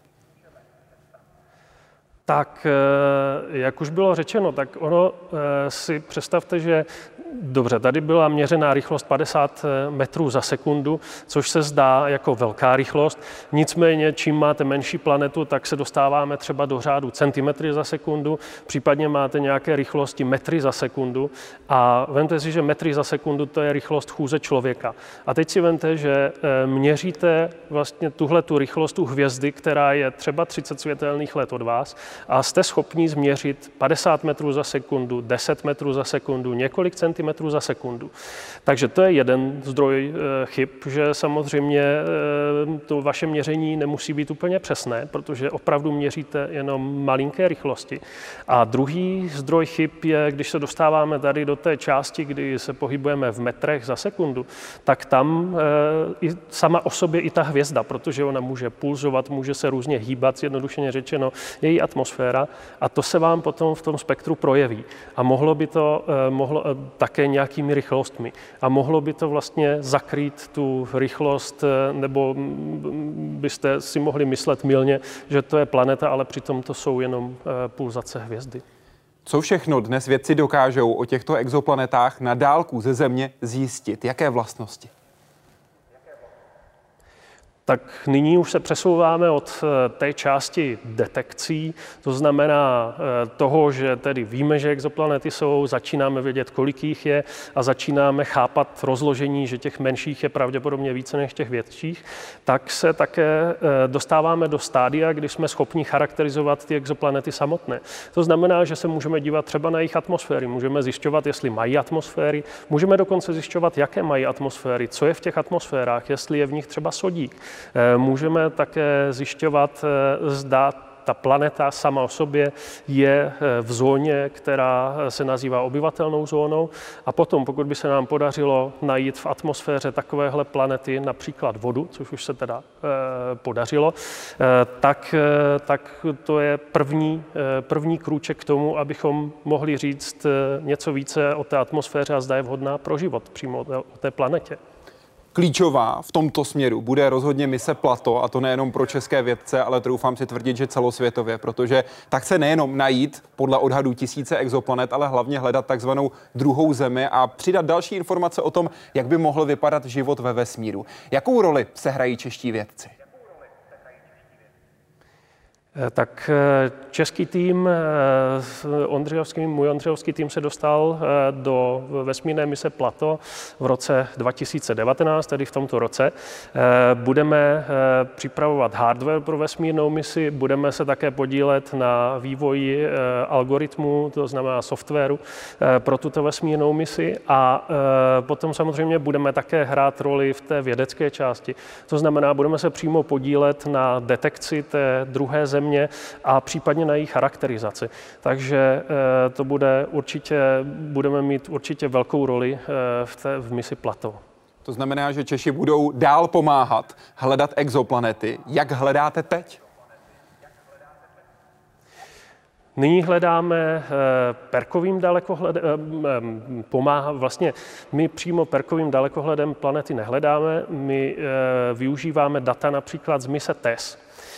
Tak, jak už bylo řečeno, tak ono si představte, že dobře, tady byla měřená rychlost padesát metrů za sekundu, což se zdá jako velká rychlost. Nicméně, čím máte menší planetu, tak se dostáváme třeba do řádu centimetry za sekundu, případně máte nějaké rychlosti metry za sekundu. A vemte si, že metry za sekundu to je rychlost chůze člověka. A teď si vemte, že měříte vlastně tuhle tu rychlost u hvězdy, která je třeba třicet světelných let od vás, a jste schopni změřit padesát metrů za sekundu, deset metrů za sekundu, několik centimetrů za sekundu. Takže to je jeden zdroj e, chyb, že samozřejmě e, to vaše měření nemusí být úplně přesné, protože opravdu měříte jenom malinké rychlosti. A druhý zdroj chyb je, když se dostáváme tady do té části, kdy se pohybujeme v metrech za sekundu, tak tam e, i sama o sobě i ta hvězda, protože ona může pulzovat, může se různě hýbat, zjednodušeně řečeno, její atmosféra, a to se vám potom v tom spektru projeví. A mohlo by to mohlo také nějakými rychlostmi. A mohlo by to vlastně zakrýt tu rychlost, nebo byste si mohli myslet mylně, že to je planeta, ale přitom to jsou jenom pulzace hvězdy. Co všechno dnes vědci dokážou o těchto exoplanetách na dálku ze Země zjistit? Jaké vlastnosti? Tak nyní už se přesouváme od té části detekcí, to znamená toho, že tedy víme, že exoplanety jsou, začínáme vědět, kolik jich je a začínáme chápat rozložení, že těch menších je pravděpodobně více než těch větších, tak se také dostáváme do stádia, kdy jsme schopni charakterizovat ty exoplanety samotné. To znamená, že se můžeme dívat třeba na jejich atmosféry, můžeme zjišťovat, jestli mají atmosféry, můžeme dokonce zjišťovat, jaké mají atmosféry, co je v těch atmosférách, jestli je v nich třeba sodík. Můžeme také zjišťovat, zda ta planeta sama o sobě je v zóně, která se nazývá obyvatelnou zónou. A potom, pokud by se nám podařilo najít v atmosféře takovéhle planety, například vodu, což už se teda e, podařilo, e, tak, e, tak to je první, e, první krůček k tomu, abychom mohli říct e, něco více o té atmosféře a zda je vhodná pro život přímo o té, o té planetě. Klíčová v tomto směru bude rozhodně mise Plato, a to nejenom pro české vědce, ale troufám si tvrdit, že celosvětově, protože tak se nejenom najít podle odhadů tisíce exoplanet, ale hlavně hledat takzvanou druhou Zemi a přidat další informace o tom, jak by mohl vypadat život ve vesmíru. Jakou roli sehrají čeští vědci? Tak český tým, Ondřejovský, můj Ondřejovský tým se dostal do vesmírné mise Plato v roce dva tisíce devatenáct, tedy v tomto roce. Budeme připravovat hardware pro vesmírnou misi, budeme se také podílet na vývoji algoritmů, to znamená softwaru pro tuto vesmírnou misi a potom samozřejmě budeme také hrát roli v té vědecké části. To znamená, budeme se přímo podílet na detekci té druhé země a případně na její charakterizaci. Takže to bude určitě, budeme mít určitě velkou roli v, té, v misi Plato. To znamená, že Češi budou dál pomáhat hledat exoplanety. Jak hledáte teď? Nyní hledáme perkovým dalekohledem, pomáhá, vlastně my přímo perkovým dalekohledem planety nehledáme, my využíváme data například z mise T E S,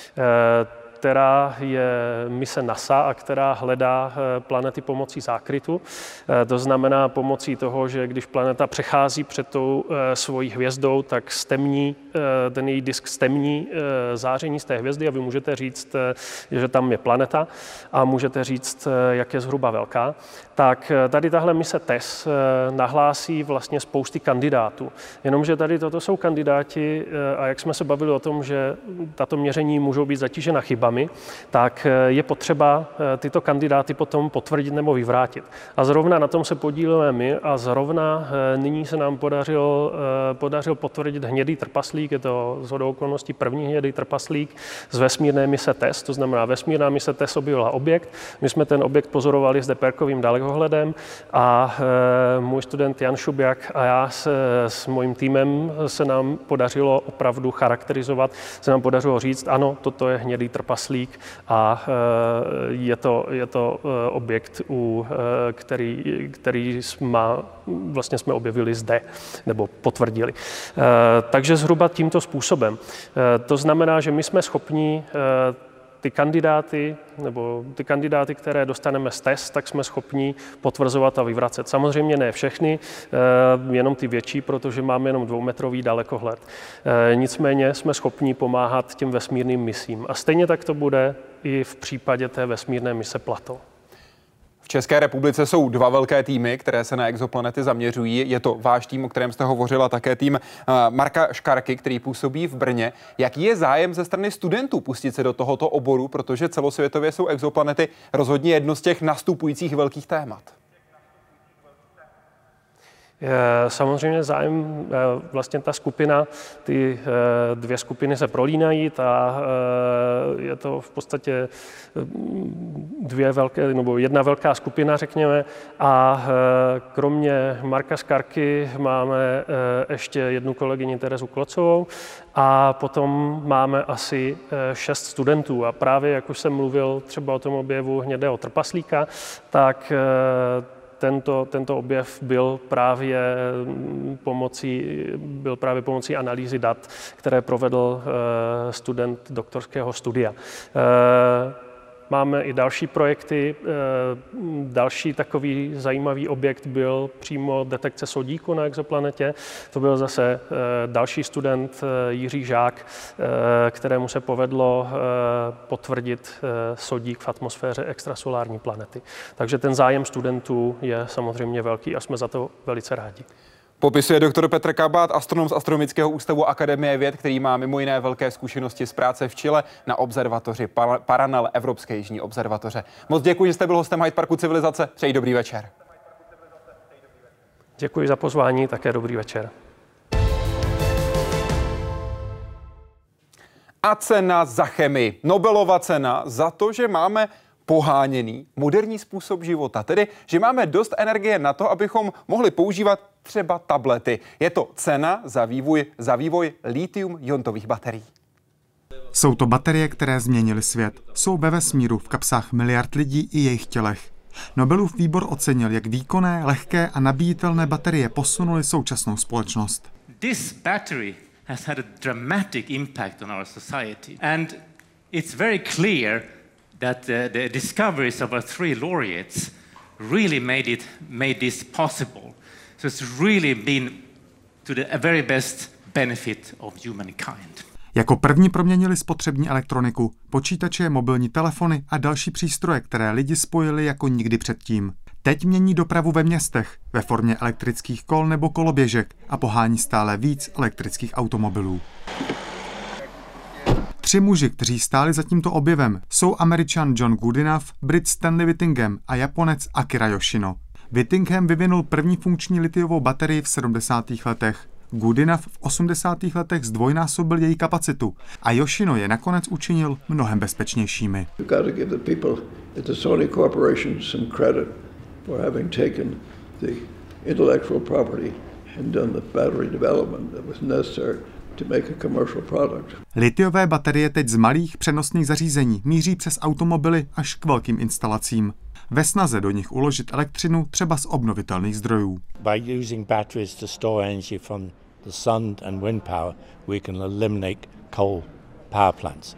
která je mise NASA a která hledá planety pomocí zákrytu. To znamená pomocí toho, že když planeta přechází před tou svojí hvězdou, tak stemní, ten její disk stemní záření z té hvězdy a vy můžete říct, že tam je planeta a můžete říct, jak je zhruba velká. Tak tady tahle mise T E S nahlásí vlastně spousty kandidátů. Jenomže tady toto jsou kandidáti a jak jsme se bavili o tom, že tato měření můžou být zatížena chybami, tak je potřeba tyto kandidáty potom potvrdit nebo vyvrátit. A zrovna na tom se podílíme my a zrovna nyní se nám podařilo, podařilo potvrdit hnědý trpaslík, je to shodou okolností první hnědý trpaslík z vesmírné mise T E S, to znamená vesmírná mise T E S objevila objekt, my jsme ten objekt pozorovali s perkovým dalekohledem a můj student Jan Šubiak a já se, s mojím týmem se nám podařilo opravdu charakterizovat, se nám podařilo říct, ano, toto je hnědý trpaslík a je to, je to objekt, u, který, který má, vlastně jsme objevili zde, nebo potvrdili. Takže zhruba tímto způsobem. To znamená, že my jsme schopni ty kandidáty, nebo ty kandidáty, které dostaneme z T E S, tak jsme schopni potvrzovat a vyvracet. Samozřejmě ne všechny, jenom ty větší, protože máme jenom dvoumetrový dalekohled. Nicméně jsme schopni pomáhat těm vesmírným misím. A stejně tak to bude i v případě té vesmírné mise Plato. V České republice jsou dva velké týmy, které se na exoplanety zaměřují. Je to váš tým, o kterém jste hovořila, také tým Marka Škarky, který působí v Brně. Jaký je zájem ze strany studentů pustit se do tohoto oboru, protože celosvětově jsou exoplanety rozhodně jedno z těch nastupujících velkých témat? Samozřejmě zájem, vlastně ta skupina, ty dvě skupiny se prolínají a je to v podstatě dvě velké, nebo jedna velká skupina, řekněme, a kromě Marka Škarky máme ještě jednu kolegyni Terezu Klocovou a potom máme asi šest studentů a právě, jak už jsem mluvil třeba o tom objevu hnědého trpaslíka, tak Tento, tento objev byl právě pomocí, byl právě pomocí analýzy dat, které provedl student doktorského studia. Máme i další projekty. Další takový zajímavý objekt byl přímo detekce sodíku na exoplanetě. To byl zase další student Jiří Žák, kterému se povedlo potvrdit sodík v atmosféře extrasolární planety. Takže ten zájem studentů je samozřejmě velký a jsme za to velice rádi. Popisuje doktor Petr Kabát, astronom z Astronomického ústavu Akademie věd, který má mimo jiné velké zkušenosti z práce v Chile na observatoři Paranal Evropské jižní observatoře. Moc děkuji, že jste byl hostem Hyde Parku Civilizace. Přeji dobrý večer. Děkuji za pozvání, také dobrý večer. A cena za chemii. Nobelova cena za to, že máme poháněný moderní způsob života. Tedy, že máme dost energie na to, abychom mohli používat třeba tablety. Je to cena za vývoj, za vývoj lithium-iontových baterií. Jsou to baterie, které změnily svět. Jsou ve vesmíru, v kapsách miliard lidí i jejich tělech. Nobelův výbor ocenil, jak výkonné, lehké a nabíjitelné baterie posunuly současnou společnost. This battery has had a dramatic impact on our society, and it's very clear that uh, the discoveries of our three laureates really made it made this possible. So it's really been to the a very best benefit of humankind. Jako první proměnili spotřební elektroniku, počítače, mobilní telefony a další přístroje, které lidi spojili jako nikdy předtím. Teď mění dopravu ve městech ve formě elektrických kol nebo koloběžek a pohání stále víc elektrických automobilů. Tři muži, kteří stáli za tímto objevem, jsou Američan John Goodenough, Brit Stanley Whittingham a Japonec Akira Yoshino. Whittingham vyvinul první funkční litiovou baterii v sedmdesátých letech. Goodenough v osmdesátých letech zdvojnásobil její kapacitu a Yoshino je nakonec učinil mnohem bezpečnějšími. Litiové baterie teď z malých přenosných zařízení míří přes automobily až k velkým instalacím. Ve snaze do nich uložit elektřinu třeba z obnovitelných zdrojů. By using batteries to store energy from the sun and wind power, we can eliminate coal power plants.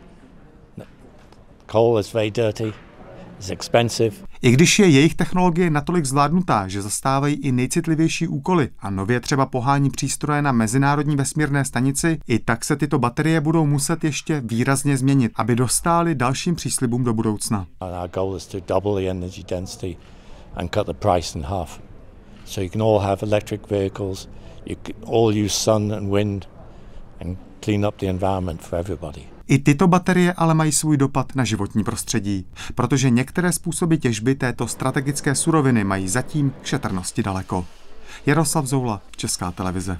Coal is very dirty, it's expensive. I když je jejich technologie natolik zvládnutá, že zastávají i nejcitlivější úkoly a nově třeba pohání přístroje na mezinárodní vesmírné stanici, i tak se tyto baterie budou muset ještě výrazně změnit, aby dostály dalším příslibům do budoucna. Our goal is to double the energy density and cut the price in half. So you can all have electric vehicles, you can all use sun and wind and clean up the environment for everybody. I tyto baterie ale mají svůj dopad na životní prostředí, protože některé způsoby těžby této strategické suroviny mají zatím k šetrnosti daleko. Jaroslav Zoula, Česká televize.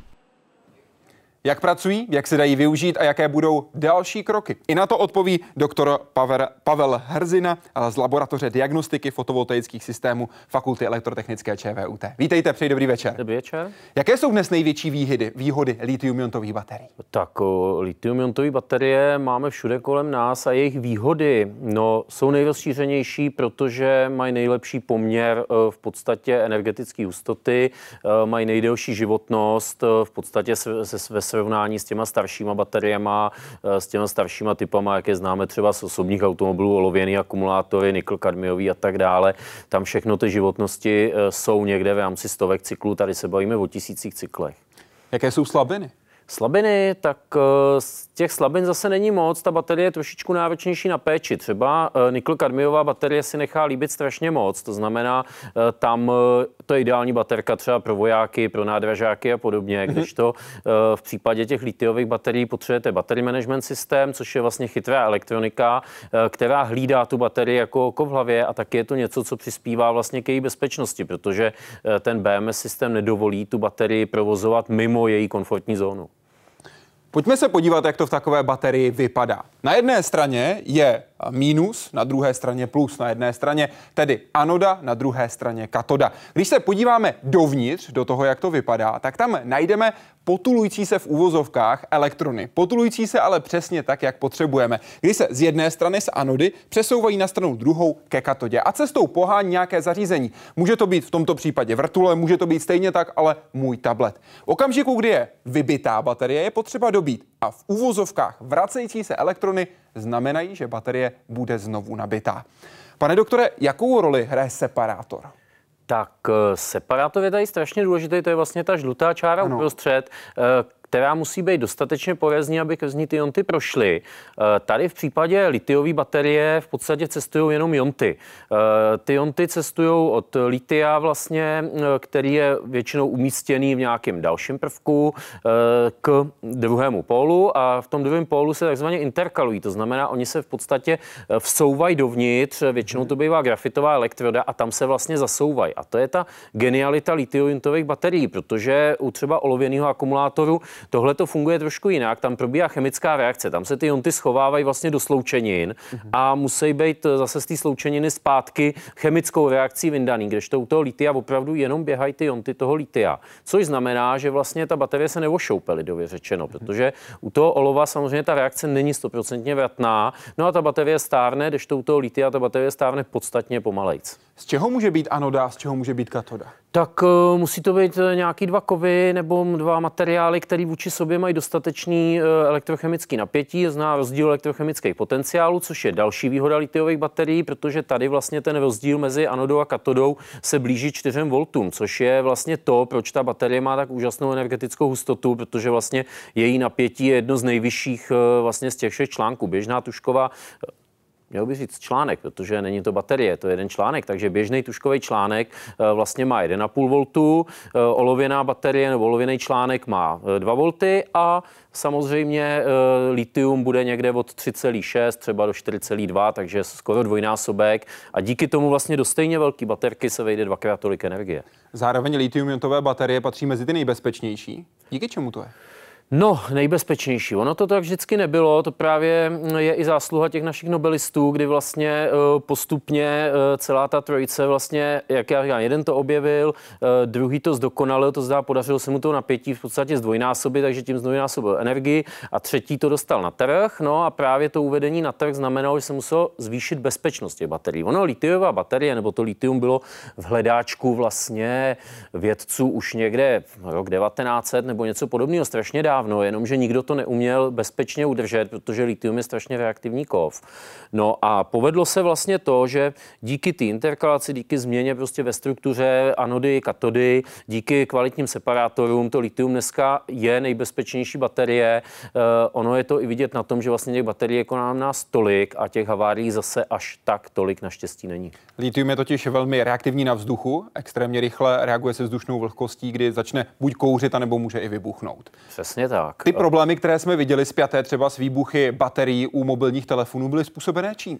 Jak pracují, jak se dají využít a jaké budou další kroky? I na to odpoví doktor Pavel, Pavel Herzina z laboratoře diagnostiky fotovoltaických systémů Fakulty elektrotechnické ČVUT. Vítejte, přeji dobrý večer. Dobrý večer. Jaké jsou dnes největší výhody, výhody lithium-iontových baterií? Tak lithium-iontové baterie máme všude kolem nás a jejich výhody no, jsou nejrozšířenější, protože mají nejlepší poměr v podstatě energetické hustoty, mají nejdelší životnost, v podstatě se, se, ve srovnání s těma staršíma bateriema, s těma staršíma typama, jak je známe třeba z osobních automobilů, olověný akumulátory, nikl-kadmiový a tak dále. Tam všechno ty životnosti jsou někde v rámci stovek cyklů, tady se bavíme o tisících cyklech. Jaké jsou slabiny? Slabiny, tak z těch slabin zase není moc, ta baterie je trošičku náročnější na péči. Třeba nikl-kadmiová baterie si nechá líbit strašně moc, to znamená, tam to je ideální baterka třeba pro vojáky, pro nádražáky a podobně, kdežto v případě těch litiových baterií potřebujete battery management systém, což je vlastně chytrá elektronika, která hlídá tu baterii jako oko v hlavě a taky je to něco, co přispívá vlastně k její bezpečnosti, protože ten B M S systém nedovolí tu baterii provozovat mimo její komfortní zónu. Pojďme se podívat, jak to v takové baterii vypadá. Na jedné straně je mínus, na druhé straně plus. Na jedné straně tedy anoda, na druhé straně katoda. Když se podíváme dovnitř, do toho, jak to vypadá, tak tam najdeme potulující se v uvozovkách elektrony. Potulující se ale přesně tak, jak potřebujeme. Když se z jedné strany z anody přesouvají na stranu druhou ke katodě a cestou pohání nějaké zařízení. Může to být v tomto případě vrtule, může to být stejně tak, ale můj tablet. V okamžiku, kdy je vybitá baterie, je potřeba dobít a v uvozovkách vracející se elektrony znamenají, že baterie bude znovu nabitá. Pane doktore, jakou roli hraje separátor? Tak separátor je tady strašně důležitý, to je vlastně ta žlutá čára uprostřed, která musí být dostatečně porezní, aby ke ní ty ionty prošly. Tady v případě litiové baterie v podstatě cestují jenom ionty. Ty ionty cestují od litia vlastně, který je většinou umístěný v nějakém dalším prvku k druhému pólu a v tom druhém pólu se takzvaně interkalují. To znamená, oni se v podstatě vsouvají dovnitř, většinou to bývá grafitová elektroda a tam se vlastně zasouvají. A to je ta genialita litio-iontových baterií, protože u třeba olověného akumulátoru Tohle to funguje trošku jinak, tam probíhá chemická reakce, tam se ty ionty schovávají vlastně do sloučenin mm-hmm. a musí být zase z té sloučeniny zpátky chemickou reakcí vyndaný, kdežto u toho litia opravdu jenom běhají ty ionty toho litia, což znamená, že vlastně ta baterie se nevošoupe, lidově řečeno, protože u toho olova samozřejmě ta reakce není stoprocentně vratná, no a ta baterie stárne, kdežto u toho litia ta baterie stárne podstatně pomalejc. Z čeho může být anoda, z čeho může být katoda? Tak uh, musí to být nějaký dva kovy nebo dva materiály, které vůči sobě mají dostatečný uh, elektrochemický napětí, zná rozdíl elektrochemických potenciálů, což je další výhoda litiových baterií, protože tady vlastně ten rozdíl mezi anodou a katodou se blíží čtyřem voltům, což je vlastně to, proč ta baterie má tak úžasnou energetickou hustotu, protože vlastně její napětí je jedno z nejvyšších uh, vlastně z těch všech článků. Běžná tužková Měl bych říct článek, protože není to baterie, to je jeden článek, takže běžný tužkový článek vlastně má jedna celá pět voltu, olověná baterie nebo olověný článek má dva volty a samozřejmě litium bude někde od tři celá šest třeba do čtyři celá dva, takže skoro dvojnásobek a díky tomu vlastně do stejně velké baterky se vejde dvakrát tolik energie. Zároveň litium-ionové baterie patří mezi ty nejbezpečnější. Díky čemu to je? No, nejbezpečnější. Ono to tak vždycky nebylo, to právě je i zásluha těch našich nobelistů, kdy vlastně postupně celá ta trojice vlastně, jak já říkám, jeden to objevil, druhý to zdokonalil, to zdá, podařilo se mu to napětí v podstatě zdvojnásobit, takže tím zdvojnásobil energii a třetí to dostal na trh, no a právě to uvedení na trh znamenalo, že se muselo zvýšit bezpečnost těch baterií. Ono litiová baterie, nebo to litium bylo v hledáčku vlastně vědců už někde rok devatenáct set nebo něco podobného, strašně dávno. Dávno, jenomže nikdo to neuměl bezpečně udržet, protože litium je strašně reaktivní kov. No a povedlo se vlastně to, že díky té interkalaci, díky změně prostě ve struktuře anody, katody, díky kvalitním separátorům, to litium dneska je nejbezpečnější baterie. Uh, ono je to i vidět na tom, že vlastně těch baterií jako nám nás tolik a těch havárií zase až tak tolik naštěstí není. Litium je totiž velmi reaktivní na vzduchu, extrémně rychle reaguje se vzdušnou vlhkostí, kdy začne buď kouřit, anebo může i vybuchnout. Přesně tak. Ty problémy, které jsme viděli spjaté třeba s výbuchy baterií u mobilních telefonů, byly způsobené čím?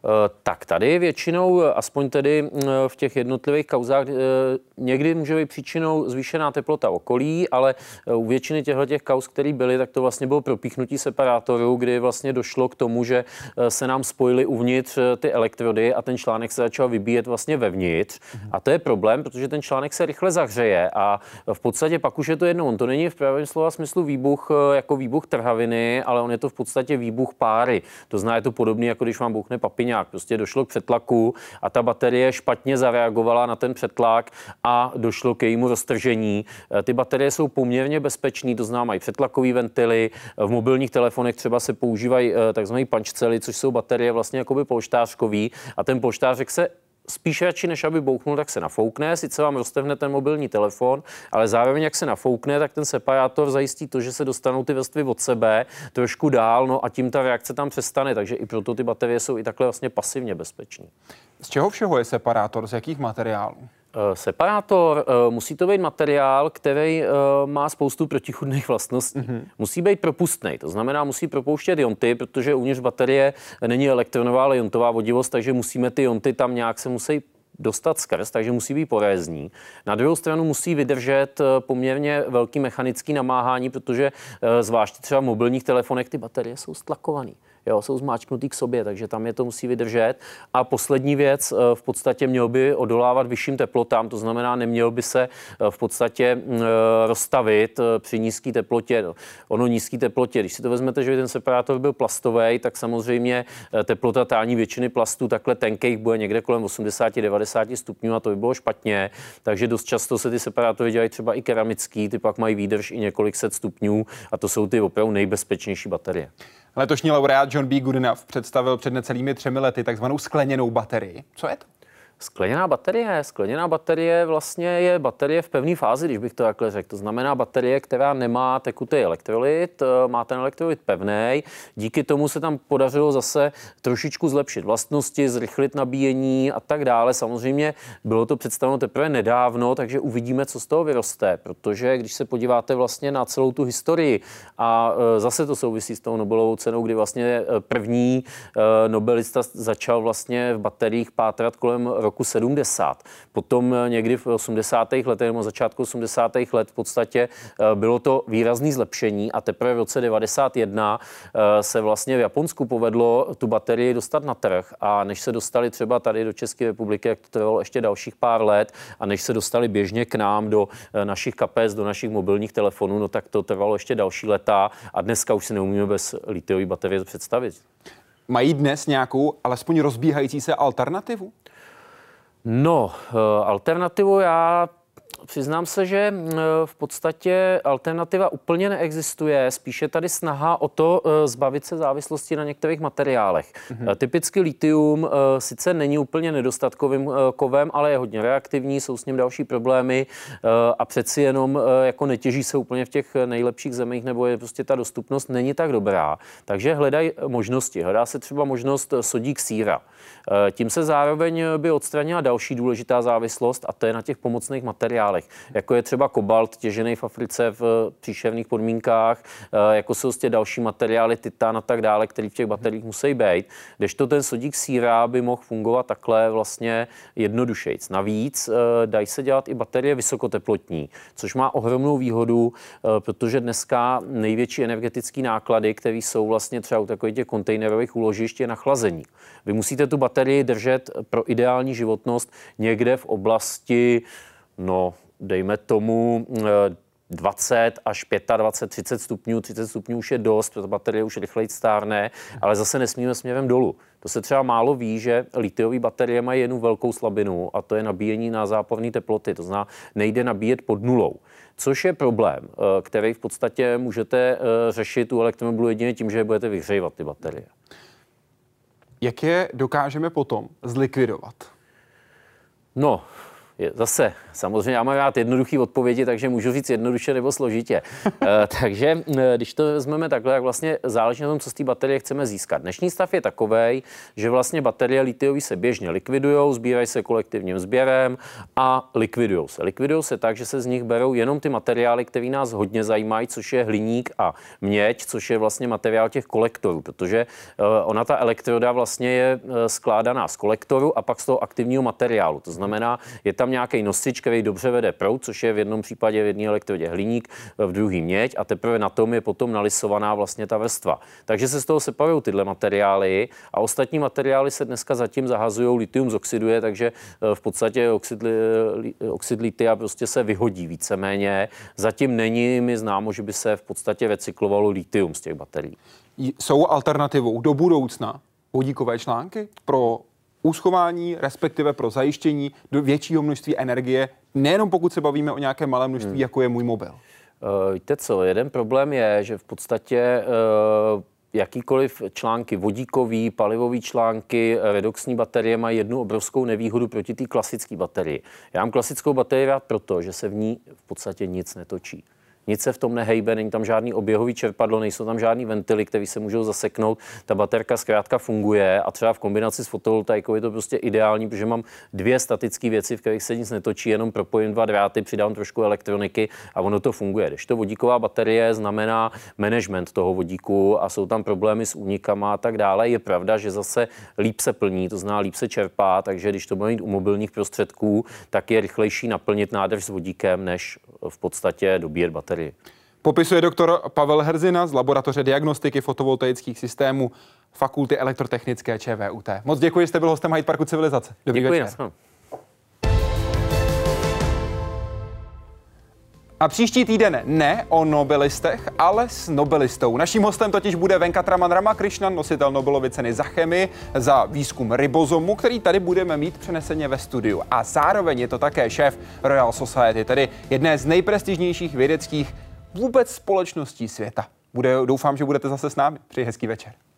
Tak tady většinou, aspoň tedy v těch jednotlivých kauzách, někdy může být příčinou zvýšená teplota okolí, ale u většiny těchto těch kauz, které byly, tak to vlastně bylo propíchnutí separátorů, kdy vlastně došlo k tomu, že se nám spojily uvnitř ty elektrody a ten článek se začal vybíjet vlastně vevnitř. A to je problém, protože ten článek se rychle zahřeje a v podstatě pak už je to jedno. On to není v pravém slova smyslu výbuch jako výbuch trhaviny, ale on je to v podstatě výbuch páry. To znamená, je to podobný, jako když vám bouchne papiňák. Prostě došlo k přetlaku a ta baterie špatně zareagovala na ten přetlak a došlo k jejímu roztržení. Ty baterie jsou poměrně bezpečné, to znamená, mají přetlakové ventily. V mobilních telefonech třeba se používají takzvané punch cely, což jsou baterie vlastně jakoby polštářkový a ten polštářek se spíš radši, než aby bouchnul, tak se nafoukne, sice vám roztevne ten mobilní telefon, ale zároveň, jak se nafoukne, tak ten separátor zajistí to, že se dostanou ty vrstvy od sebe trošku dál, no a tím ta reakce tam přestane, takže i proto ty baterie jsou i takhle vlastně pasivně bezpečný. Z čeho všeho je separátor, z jakých materiálů? Separátor musí to být materiál, který má spoustu protichůdných vlastností. Mm-hmm. Musí být propustný, to znamená, musí propouštět ionty, protože uvnitř baterie není elektronová, ale iontová vodivost, takže musíme ty ionty tam nějak se musí dostat skrz, takže musí být porézní. Na druhou stranu musí vydržet poměrně velký mechanický namáhání, protože zvláště třeba v mobilních telefonech ty baterie jsou stlakované. Jo, jsou zmáčknutý k sobě, takže tam je to musí vydržet. A poslední věc, v podstatě měl by odolávat vyšším teplotám, to znamená, neměl by se v podstatě rozstavit při nízké teplotě. Ono nízké teplotě, když si to vezmete, že ten separátor byl plastový, tak samozřejmě teplota tání většiny plastů takhle tenkých bude někde kolem osmdesát až devadesát stupňů a to by bylo špatně. Takže dost často se ty separátory dělají třeba i keramický, ty pak mají výdrž i několik set stupňů a to jsou ty opravdu nejbezpečnější baterie. Letošní laureát John B. Goodenough představil před necelými třemi lety takzvanou skleněnou baterii. Co je to? Skleněná baterie. Skleněná baterie vlastně je baterie v pevné fázi, když bych to takhle řekl. To znamená baterie, která nemá tekutý elektrolyt, má ten elektrolyt pevný. Díky tomu se tam podařilo zase trošičku zlepšit vlastnosti, zrychlit nabíjení a tak dále. Samozřejmě bylo to představeno teprve nedávno, takže uvidíme, co z toho vyroste, protože když se podíváte vlastně na celou tu historii a zase to souvisí s tou Nobelovou cenou, kdy vlastně první nobelista začal vlastně v bateriích pátrat kolem roku sedmdesát. Potom někdy v osmdesátých letech nebo začátku osmdesátých let v podstatě bylo to výrazné zlepšení a teprve v roce devadesát jedna se vlastně v Japonsku povedlo tu baterii dostat na trh a než se dostali třeba tady do České republiky, jak to trvalo ještě dalších pár let a než se dostali běžně k nám do našich kapes, do našich mobilních telefonů, no tak to trvalo ještě další leta a dneska už si neumíme bez litiové baterie představit. Mají dnes nějakou alespoň rozbíhající se alternativu? No, alternativu já přiznám se, že v podstatě alternativa úplně neexistuje. Spíše tady snaha o to zbavit se závislosti na některých materiálech. Mm-hmm. Typicky litium sice není úplně nedostatkovým kovem, ale je hodně reaktivní, jsou s ním další problémy a přeci jenom jako netěží se úplně v těch nejlepších zemích, nebo je prostě ta dostupnost není tak dobrá. Takže hledají možnosti. Hledá se třeba možnost sodík síra. Tím se zároveň by odstranila další důležitá závislost a to je na těch pomocných materiálech, jako je třeba kobalt těžený v Africe v příšerných podmínkách, jako jsou vlastně další materiály, titán a tak dále, který v těch bateriích musí být. Kdežto ten sodík síra by mohl fungovat takhle vlastně jednodušejc. Navíc dají se dělat i baterie vysokoteplotní, což má ohromnou výhodu, protože dneska největší energetické náklady, které jsou vlastně třeba u takových těch kontejnerových úložišť, je na chlazení. Vy musíte tu baterii držet pro ideální životnost někde v oblasti, no, dejme tomu dvacet až dvacet pět, třicet stupňů. třicet stupňů už je dost, protože baterie už rychleji stárne, ale zase nesmíme směrem dolů. To se třeba málo ví, že litiové baterie mají jednu velkou slabinu a to je nabíjení na záporné teploty. To znamená, nejde nabíjet pod nulou. Což je problém, který v podstatě můžete řešit u elektromobilu jedině tím, že budete vyhřívat ty baterie. Jak je dokážeme potom zlikvidovat? No, je zase, samozřejmě já mám rád jednoduché odpovědi, takže můžu říct jednoduše nebo složitě. e, takže když to vezmeme takhle, tak vlastně záleží na tom, co z té baterie chceme získat. Dnešní stav je takovej, že vlastně baterie litiové se běžně likvidujou, sbírají se kolektivním sběrem a likvidujou se. Likvidujou se tak, že se z nich berou jenom ty materiály, které nás hodně zajímají, což je hliník a měď, což je vlastně materiál těch kolektorů, protože e, ona ta elektroda vlastně je e, skládaná z kolektoru a pak z toho aktivního materiálu. To znamená, je tam nějaký nosič, který dobře vede proud, což je v jednom případě v jedné elektrodě hliník, v druhý měď a teprve na tom je potom nalisovaná vlastně ta vrstva. Takže se z toho separují tyhle materiály a ostatní materiály se dneska zatím zahazují, litium zoxiduje, takže v podstatě oxid, oxid litia prostě se vyhodí víceméně. Zatím není mi známo, že by se v podstatě recyklovalo litium z těch baterií. Jsou alternativou do budoucna vodíkové články pro uschování, respektive pro zajištění do většího množství energie, nejenom pokud se bavíme o nějaké malé množství, hmm. jako je můj mobil? Uh, víte co, jeden problém je, že v podstatě uh, jakýkoliv články, vodíkový, palivový články, redoxní baterie mají jednu obrovskou nevýhodu proti té klasické baterii. Já mám klasickou baterii rád proto, že se v ní v podstatě nic netočí. Nic se v tom nehejbe, není tam žádný oběhový čerpadlo, nejsou tam žádný ventily, které se můžou zaseknout. Ta baterka zkrátka funguje a třeba v kombinaci s fotovoltaikou je to prostě ideální, protože mám dvě statické věci, v kterých se nic netočí, jenom propojím dva dráty, přidám trošku elektroniky a ono to funguje. Když to vodíková baterie znamená management toho vodíku a jsou tam problémy s únikama a tak dále, je pravda, že zase líp se plní, to znamená líp se čerpá, takže když to bude mít u mobilních prostředků, tak je rychlejší naplnit nádrž s vodíkem, než v podstatě dobíjet baterie. Popisuje doktor Pavel Herzina z laboratoře diagnostiky fotovoltaických systémů Fakulty elektrotechnické ČVUT. Moc děkuji, že jste byl hostem Hyde Parku Civilizace. Dobrý děkuji, večer. Děkuji. A příští týden ne o nobelistech, ale s nobelistou. Naším hostem totiž bude Venkatraman Ramakrishnan, nositel Nobelovy ceny za chemii, za výzkum ribozomu, který tady budeme mít přeneseně ve studiu. A zároveň je to také šéf Royal Society, tedy jedné z nejprestižnějších vědeckých vůbec společností světa. Bude, doufám, že budete zase s námi. Přeji hezký večer.